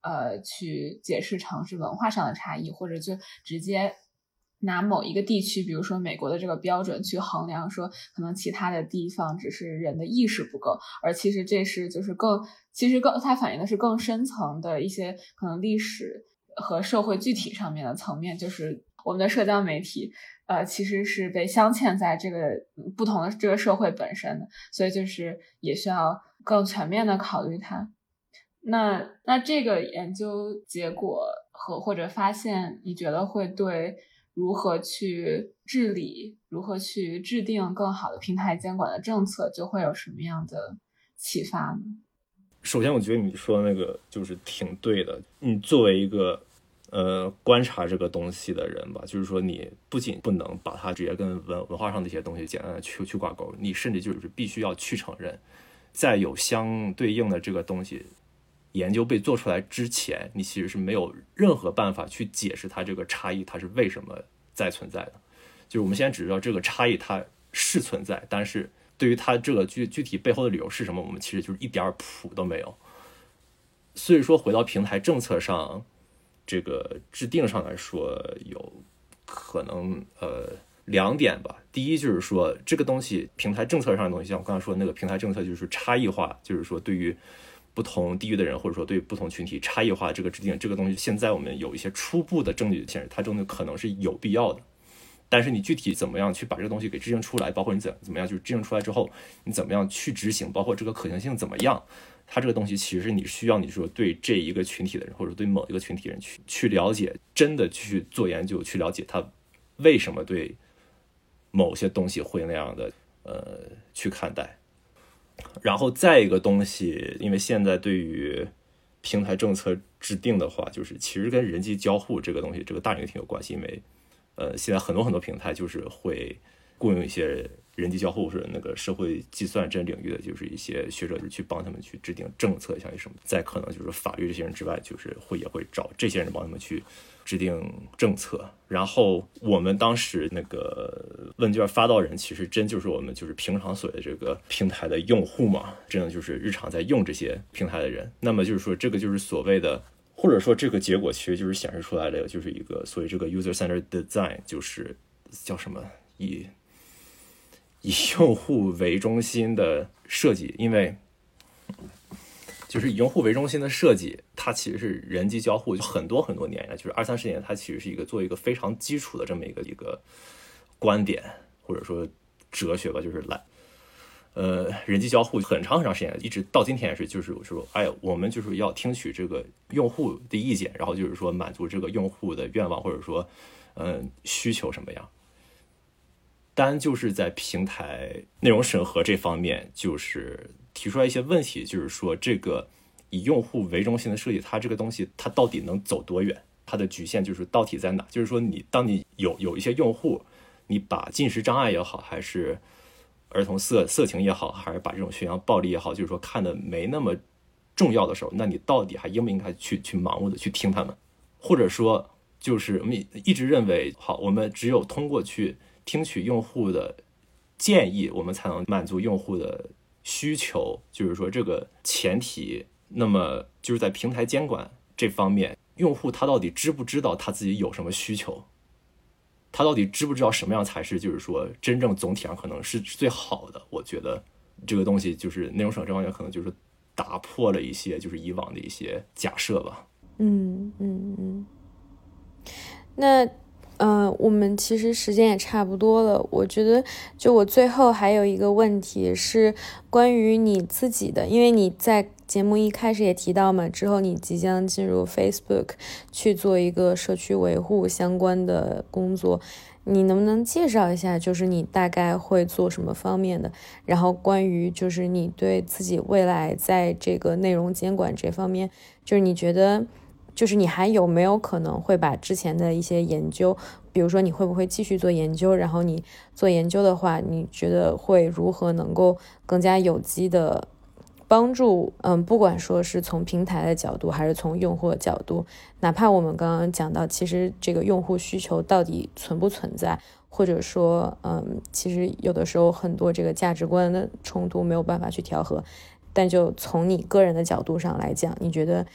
呃去解释成是文化上的差异，或者就直接拿某一个地区，比如说美国的这个标准去衡量，说可能其他的地方只是人的意识不够，而其实这是就是更其实更它反映的是更深层的一些可能历史和社会具体上面的层面，就是我们的社交媒体呃其实是被镶嵌在这个不同的这个社会本身的，所以就是也需要更全面的考虑它。那那这个研究结果和或者发现，你觉得会对如何去治理，如何去制定更好的平台监管的政策，就会有什么样的启发呢？ 首先我觉得你说的那个就是挺对的，你作为一个呃观察这个东西的人吧，就是说你不仅不能把它直接跟文文化上的一些东西简单的去去挂钩，你甚至就是必须要去承认，在有相对应的这个东西研究被做出来之前，你其实是没有任何办法去解释它这个差异它是为什么在存在的。就是我们现在只知道这个差异它是存在，但是对于它这个具具体背后的理由是什么，我们其实就是一点谱都没有。所以说回到平台政策上这个制定上来说，有可能呃两点吧。第一就是说这个东西平台政策上的东西，像我刚才说的那个平台政策就是差异化，就是说对于不同地域的人，或者说对不同群体差异化这个制定这个东西，现在我们有一些初步的证据显示它真的可能是有必要的。但是你具体怎么样去把这个东西给制定出来，包括你怎怎么样就是制定出来之后你怎么样去执行，包括这个可行性怎么样，它这个东西其实你需要你说对这一个群体的人，或者对某一个群体人去去了解，真的去做研究，去了解他为什么对某些东西会那样的呃去看待。然后再一个东西，因为现在对于平台政策制定的话，就是其实跟人机交互这个东西这个大领域挺有关系，因为呃现在很多很多平台就是会雇佣一些人机交互或者那个社会计算这领域的就是一些学者去帮他们去制定政策，像什么在可能就是法律这些人之外，就是会也会找这些人帮他们去制定政策。然后我们当时那个问卷发到人其实真就是我们就是平常所谓的这个平台的用户嘛，真的就是日常在用这些平台的人。那么就是说这个就是所谓的，或者说这个结果其实就是显示出来的就是一个所谓这个 user-centered design， 就是叫什么以以用户为中心的设计。因为就是以用户为中心的设计，它其实是人机交互很多很多年呀，就是二三十年，它其实是一个做一个非常基础的这么一个一个观点或者说哲学吧，就是来呃人机交互很长很长时间，一直到今天也是，就是说哎，我们就是要听取这个用户的意见，然后就是说满足这个用户的愿望或者说嗯、呃、需求什么样。单就是在平台内容审核这方面就是提出来一些问题，就是说这个以用户为中心的设计，它这个东西它到底能走多远，它的局限就是到底在哪。就是说你当你有有一些用户，你把进食障碍也好，还是儿童色色情也好，还是把这种宣扬暴力也好，就是说看的没那么重要的时候，那你到底还应不应该去去盲目的去听他们？或者说就是我们一直认为好，我们只有通过去听取用户的建议，我们才能满足用户的需求，就是说这个前提。那么就是在平台监管这方面，用户他到底知不知道他自己有什么需求，他到底知不知道什么样才是就是说真正总体上可能是最好的。我觉得这个东西就是内容审核这方面可能就是打破了一些就是以往的一些假设吧。 嗯嗯嗯。那呃，我们其实时间也差不多了。我觉得，就我最后还有一个问题是关于你自己的，因为你在节目一开始也提到嘛，之后你即将进入 Facebook 去做一个社区维护相关的工作。你能不能介绍一下，就是你大概会做什么方面的？然后关于就是你对自己未来在这个内容监管这方面，就是你觉得。就是你还有没有可能会把之前的一些研究，比如说你会不会继续做研究，然后你做研究的话，你觉得会如何能够更加有机的帮助，嗯，不管说是从平台的角度还是从用户的角度，哪怕我们刚刚讲到其实这个用户需求到底存不存在，或者说嗯，其实有的时候很多这个价值观的冲突没有办法去调和，但就从你个人的角度上来讲，你觉得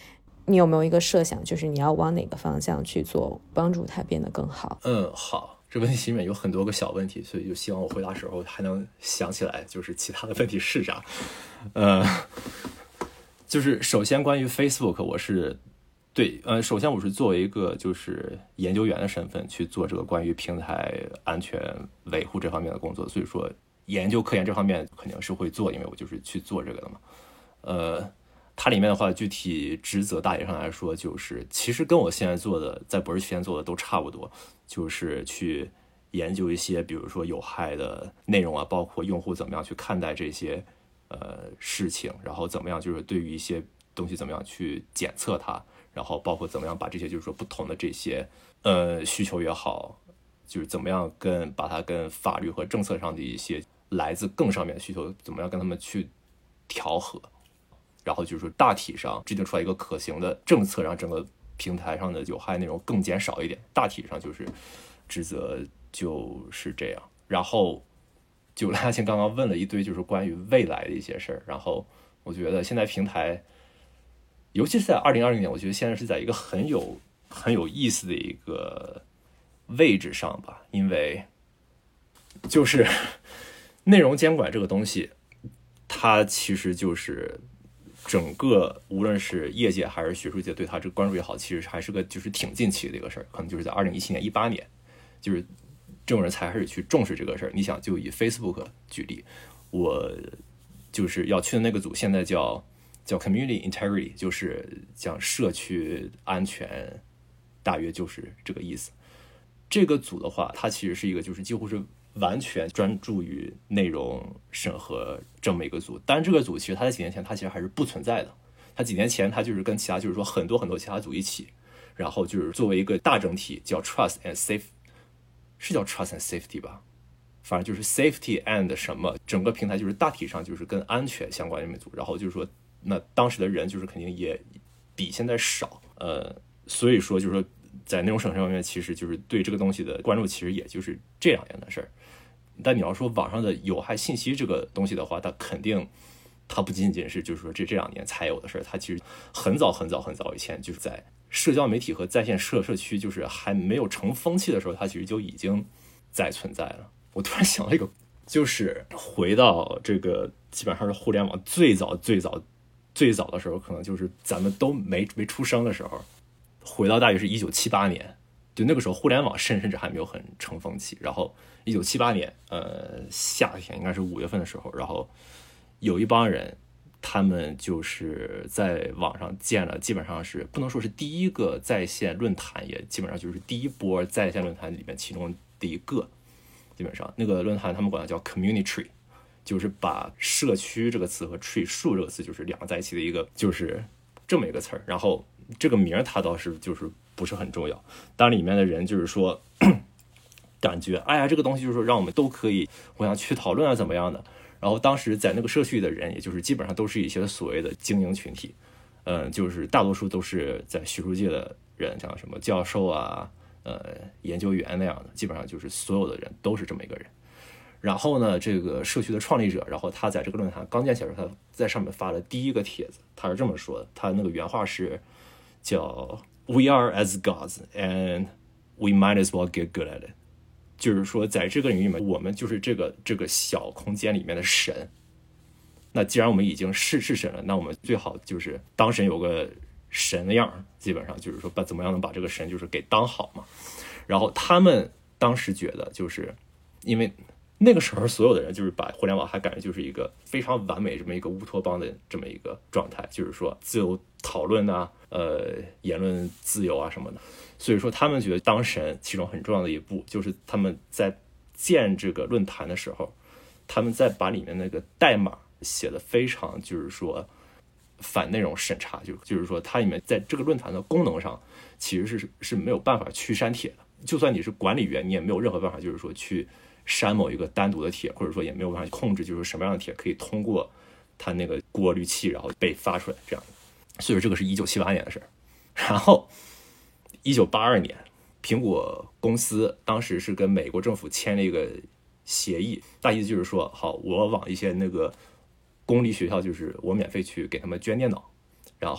你有没有一个设想，就是你要往哪个方向去做，帮助它变得更好？ 嗯，好，这问题里面有很多个小问题，所以就希望我回答时候还能想起来，就是其他的问题是啥。呃，就是首先关于 Facebook， 我是对，呃，首先我是作为一个就是研究员的身份去做这个关于平台安全维护这方面的工作，所以说研究科研这方面肯定是会做，因为我就是去做这个的嘛。呃，它里面的话，具体职责大体上来说，就是其实跟我现在做的，在博士期间做的都差不多，就是去研究一些，比如说有害的内容啊，包括用户怎么样去看待这些呃事情，然后怎么样就是对于一些东西怎么样去检测它，然后包括怎么样把这些就是说不同的这些呃需求也好，就是怎么样跟把它跟法律和政策上的一些来自更上面的需求，怎么样跟他们去调和。然后就是说大体上制定出来一个可行的政策，让整个平台上的有害内容更减少一点。大体上就是职责就是这样。然后就拉青刚刚问了一堆就是关于未来的一些事儿，然后我觉得现在平台，尤其是在二零二零年，我觉得现在是在一个很有很有意思的一个位置上吧，因为就是内容监管这个东西，它其实就是整个无论是业界还是学术界对它这个关注也好，其实还是个就是挺近期的一个事儿，可能就是在二零一七年、一八年，就是这种人才开始去重视这个事儿。你想，就以 Facebook 举例，我就是要去的那个组，现在叫叫 Community Integrity， 就是讲社区安全，大约就是这个意思。这个组的话，它其实是一个就是几乎是完全专注于内容审核这么一个组，但这个组其实它在几年前它其实还是不存在的。它几年前它就是跟其他就是说很多很多其他组一起，然后就是作为一个大整体叫 Trust and Safe， 是叫 Trust and Safety 吧，反正就是 Safety and 什么，整个平台就是大体上就是跟安全相关的组。然后就是说那当时的人就是肯定也比现在少，呃，所以说就是说在内容审核方面，其实就是对这个东西的关注，其实也就是这两年的事儿。但你要说网上的有害信息这个东西的话，它肯定它不仅仅是就是说这这两年才有的事儿，它其实很早很早很早以前，就是在社交媒体和在线社社区就是还没有成风气的时候，它其实就已经在存在了。我突然想到一个，就是回到这个基本上是互联网最早最早最早的时候，可能就是咱们都没没出生的时候，回到大约是一九七八年，就那个时候互联网甚甚至还没有很成风气。然后一九七八年，呃，夏天应该是五月份的时候，然后有一帮人，他们就是在网上建了，基本上是不能说是第一个在线论坛，也基本上就是第一波在线论坛里面其中的一个。基本上那个论坛他们管它叫 community tree， 就是把社区这个词和 tree 树这个词就是两个在一起的一个，就是这么一个词儿。然后这个名它倒是就是不是很重要，当里面的人就是说感觉哎呀这个东西就是说让我们都可以互相去讨论啊怎么样的。然后当时在那个社区的人，也就是基本上都是一些所谓的精英群体，嗯，就是大多数都是在学术界的人，像什么教授啊、呃研究员那样的，基本上就是所有的人都是这么一个人。然后呢，这个社区的创立者，然后他在这个论坛刚建起来的时候，他在上面发了第一个帖子，他是这么说的，他那个原话是叫 "We are as gods and we might as well get good at it"， 就是说在这个领域里面，我们就是这个这个小空间里面的神。那既然我们已经是是神了，那我们最好就是当神有个神的样，基本上就是说把怎么样能把这个神就是给当好嘛。然后他们当时觉得，就是因为那个时候所有的人就是把互联网还感觉就是一个非常完美这么一个乌托邦的这么一个状态，就是说自由讨论啊，呃，言论自由啊什么的。所以说他们觉得当神其中很重要的一步，就是他们在建这个论坛的时候，他们在把里面那个代码写的非常就是说反内容审查，就就是说它里面在这个论坛的功能上其实是是没有办法去删帖的。就算你是管理员，你也没有任何办法就是说去删某一个单独的帖，或者说也没有办法控制就是什么样的帖可以通过它那个过滤器然后被发出来这样的。所以说这个是一九七八年的事儿。然后一九八二年苹果公司当时是跟美国政府签了一个协议，大意就是说好，我往一些那个公立学校就是我免费去给他们捐电脑，然后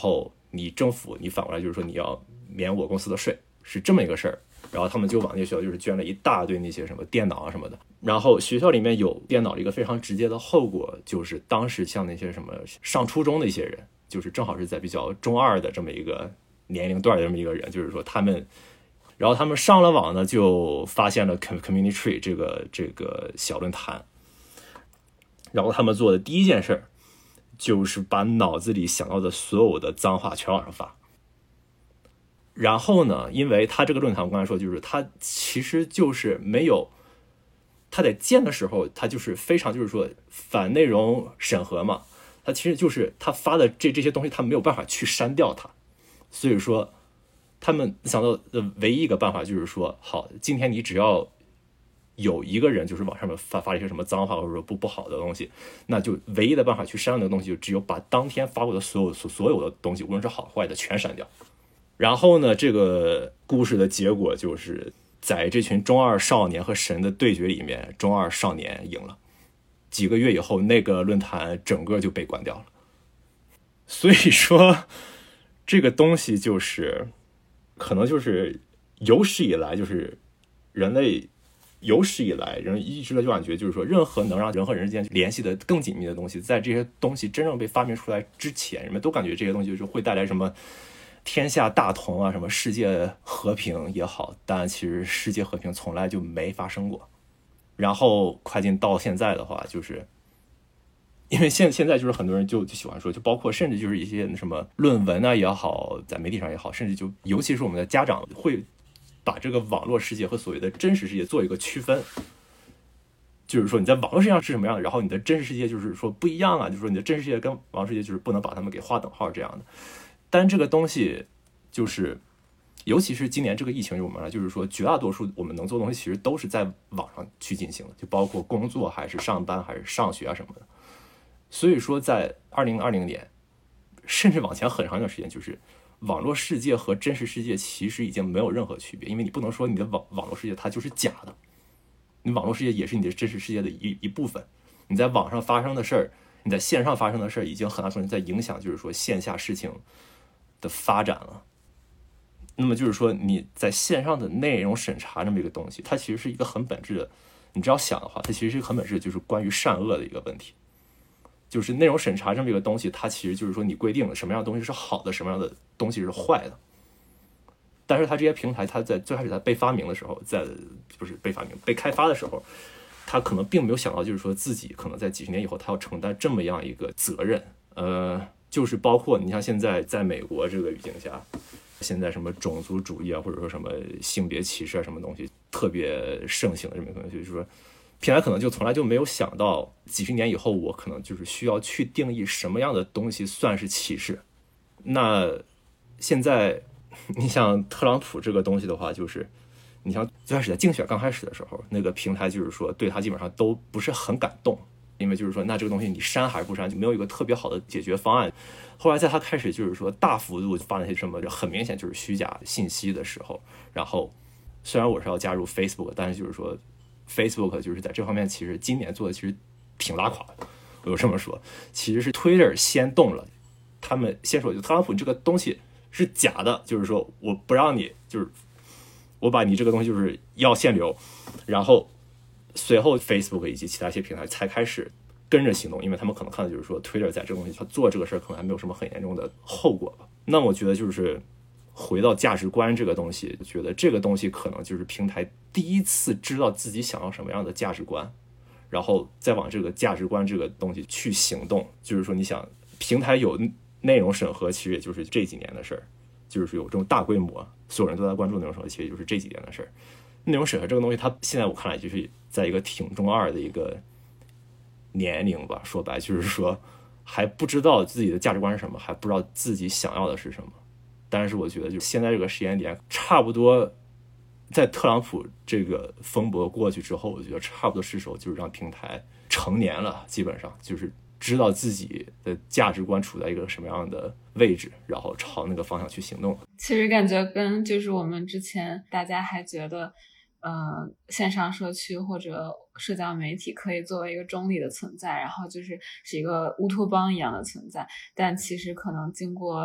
你政府你反过来就是说你要免我公司的税，是这么一个事儿。然后他们就往那学校就是捐了一大堆那些什么电脑啊什么的。然后学校里面有电脑的一个非常直接的后果，就是当时像那些什么上初中的一些人，就是正好是在比较中二的这么一个年龄段的这么一个人，就是说他们，然后他们上了网呢，就发现了 Community Tree 这个这个小论坛。然后他们做的第一件事就是把脑子里想到的所有的脏话全往上发。然后呢，因为他这个论坛我刚才说就是他其实就是没有，他在建的时候他就是非常就是说反内容审核嘛，他其实就是他发的这这些东西他没有办法去删掉它，所以说他们想到的唯一一个办法就是说，好，今天你只要有一个人就是往上面发发一些什么脏话或者说不不好的东西，那就唯一的办法去删那个东西就只有把当天发过的所有所所有的东西无论是好坏的全删掉。然后呢，这个故事的结果就是在这群中二少年和神的对决里面，中二少年赢了。几个月以后，那个论坛整个就被关掉了。所以说这个东西就是可能就是有史以来就是人类有史以来人一直的感觉就是说，任何能让人和人之间联系的更紧密的东西，在这些东西真正被发明出来之前，人们都感觉这些东西就是会带来什么天下大同啊，什么世界和平也好，但其实世界和平从来就没发生过。然后快进到现在的话，就是因为现现在就是很多人就就喜欢说，就包括甚至就是一些什么论文啊也好，在媒体上也好，甚至就尤其是我们的家长会把这个网络世界和所谓的真实世界做一个区分，就是说你在网络世界上是什么样的，然后你的真实世界就是说不一样啊，就是说你的真实世界跟网络世界就是不能把它们给划等号这样的。但这个东西就是尤其是今年这个疫情，我们来就是说绝大多数我们能做的东西其实都是在网上去进行的，就包括工作还是上班还是上学啊什么的。所以说在二零二零年甚至往前很长一段时间，就是网络世界和真实世界其实已经没有任何区别，因为你不能说你的网网络世界它就是假的，你网络世界也是你的真实世界的一一部分。你在网上发生的事儿，你在线上发生的事儿，已经很大程度在影响就是说线下事情的发展了。那么就是说你在线上的内容审查这么一个东西，它其实是一个很本质的，你只要想的话，它其实是很本质的就是关于善恶的一个问题。就是内容审查这么一个东西，它其实就是说你规定了什么样的东西是好的，什么样的东西是坏的。但是它这些平台，它在最开始它被发明的时候，在不是被发明被开发的时候，它可能并没有想到就是说自己可能在几十年以后它要承担这么样一个责任。呃就是包括你像现在在美国这个语境下，现在什么种族主义啊，或者说什么性别歧视啊，什么东西特别盛行的这么一个东西，就是说平台可能就从来就没有想到几十年以后我可能就是需要去定义什么样的东西算是歧视。那现在你像特朗普这个东西的话，就是你像最开始在竞选刚开始的时候，那个平台就是说对他基本上都不是很敢动，因为就是说那这个东西你删还是不删，就没有一个特别好的解决方案。后来在他开始就是说大幅度发那些什么很明显就是虚假信息的时候，然后虽然我是要加入 Facebook， 但是就是说 Facebook 就是在这方面其实今年做的其实挺拉垮的。我就这么说，其实是 Twitter 先动了，他们先说就特朗普这个东西是假的，就是说我不让你，就是我把你这个东西就是要限流，然后随后 Facebook 以及其他一些平台才开始跟着行动，因为他们可能看到就是说 Twitter 在这个东西他做这个事儿可能还没有什么很严重的后果吧。那我觉得就是回到价值观这个东西，觉得这个东西可能就是平台第一次知道自己想要什么样的价值观，然后再往这个价值观这个东西去行动。就是说你想平台有内容审核，其实也就是这几年的事儿，就是有这种大规模所有人都在关注内容审核，其实也就是这几年的事儿。内容审核这个东西它现在我看来就是在一个挺中二的一个年龄吧，说白就是说还不知道自己的价值观是什么，还不知道自己想要的是什么。但是我觉得就现在这个时间点差不多在特朗普这个风波过去之后，我觉得差不多是时候就是让平台成年了，基本上就是知道自己的价值观处在一个什么样的位置，然后朝那个方向去行动。 其实感觉跟就是我们之前大家还觉得呃，线上社区或者社交媒体可以作为一个中立的存在，然后就是是一个乌托邦一样的存在，但其实可能经过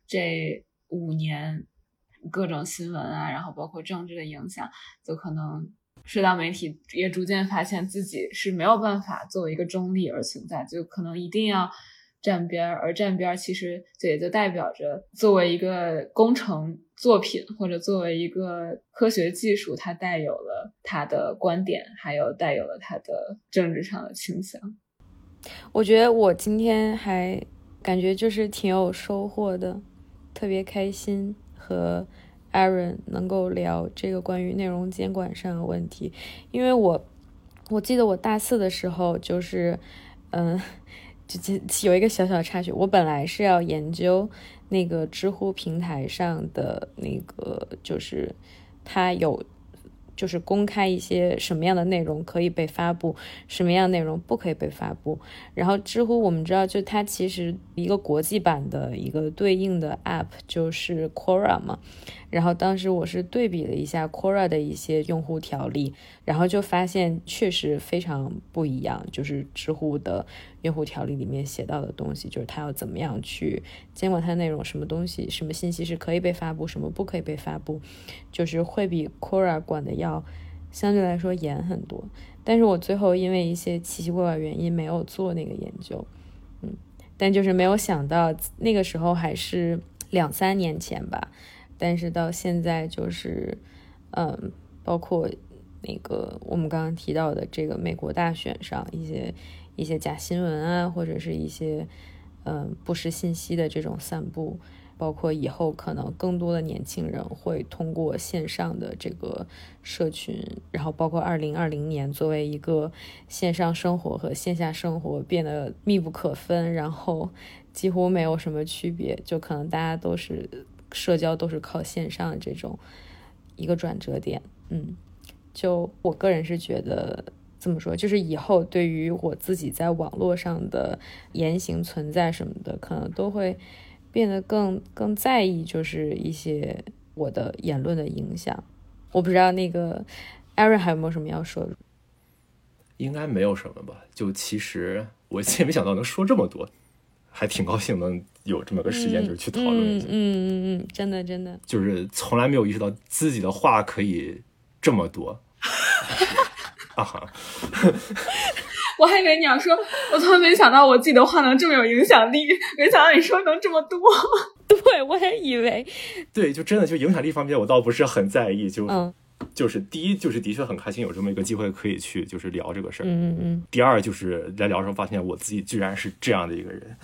这五年各种新闻啊，然后包括政治的影响，就可能社交媒体也逐渐发现自己是没有办法作为一个中立而存在，就可能一定要站边，而站边其实这也就代表着作为一个工程作品或者作为一个科学技术，它带有了它的观点，还有带有了它的政治上的倾向。 我觉得我今天还感觉就是挺有收获的，特别开心和 Aaron 能够聊这个关于内容监管上的问题。因为我我记得我大四的时候就是嗯，就有一个小小的插曲，我本来是要研究那个知乎平台上的那个就是它有就是公开一些什么样的内容可以被发布，什么样的内容不可以被发布。然后知乎我们知道就它其实一个国际版的一个对应的 app 就是 Quora 嘛，然后当时我是对比了一下 Quora 的一些用户条例，然后就发现确实非常不一样，就是知乎的用户条例里面写到的东西，就是它要怎么样去监管它的内容，什么东西什么信息是可以被发布，什么不可以被发布，就是会比 Quora 管的要相对来说严很多。但是我最后因为一些奇奇怪怪原因没有做那个研究，嗯，但就是没有想到那个时候还是两三年前吧，但是到现在就是嗯，包括那个我们刚刚提到的这个美国大选上一些一些假新闻啊，或者是一些嗯不实信息的这种散布，包括以后可能更多的年轻人会通过线上的这个社群，然后包括二零二零年作为一个线上生活和线下生活变得密不可分，然后几乎没有什么区别，就可能大家都是社交都是靠线上的这种一个转折点。嗯，就我个人是觉得怎么说，就是以后对于我自己在网络上的言行存在什么的，可能都会变得更更在意，就是一些我的言论的影响。我不知道那个 Aaron 还有没有什么要说的？ 应该没有什么吧，就其实我也没想到能说这么多，还挺高兴能有这么个时间就是去讨论一下。 嗯嗯嗯嗯，真的真的， 就是从来没有意识到自己的话可以这么多。啊哈。 我还以为你要说，我从来没想到我自己的话能这么有影响力，没想到你说能这么多。 对，我也以为。 对，就真的就影响力方面我倒不是很在意，就、 嗯、 就是第一就是的确很开心有这么一个机会可以去就是聊这个事儿。 嗯嗯嗯。 第二就是在聊的时候发现我自己居然是这样的一个人。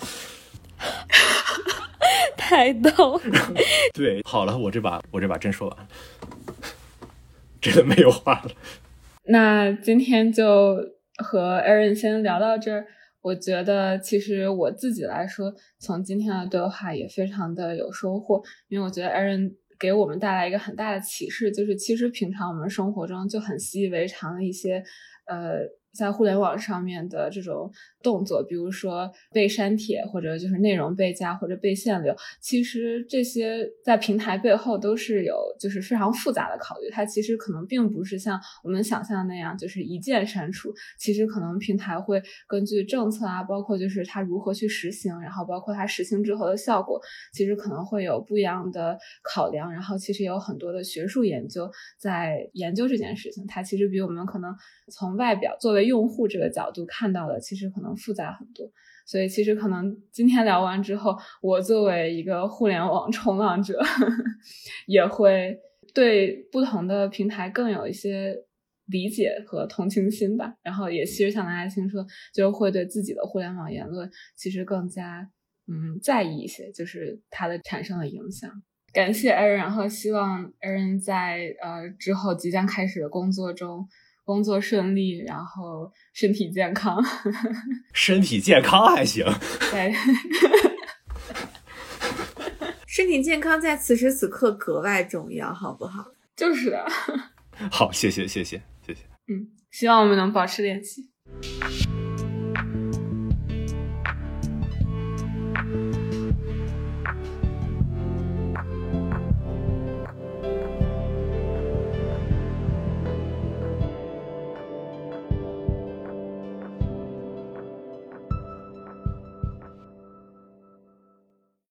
太逗了。 对，好了，我这把我这把真说完了，真的没有话了。 那今天就和 Aaron 先聊到这儿。我觉得其实我自己来说，从今天的对话也非常的有收获，因为我觉得 Aaron 给我们带来一个很大的启示，就是其实平常我们生活中就很习以为常的一些呃在互联网上面的这种动作，比如说被删帖，或者就是内容被加或者被限流，其实这些在平台背后都是有就是非常复杂的考虑，它其实可能并不是像我们想象的那样就是一键删除，其实可能平台会根据政策啊，包括就是它如何去实行，然后包括它实行之后的效果，其实可能会有不一样的考量，然后其实有很多的学术研究在研究这件事情，它其实比我们可能从外表作为用户这个角度看到的其实可能复杂很多。所以其实可能今天聊完之后，我作为一个互联网冲浪者呵呵也会对不同的平台更有一些理解和同情心吧，然后也其实像大家听说，就会对自己的互联网言论其实更加嗯在意一些，就是它的产生的影响。感谢 Aaron， 然后希望 Aaron 在呃之后即将开始的工作中工作顺利，然后身体健康。 身体健康还行。 对。 身体健康在此时此刻格外重要，好不好？ 就是的。 好，谢谢谢谢谢谢。 嗯，希望我们能保持联系。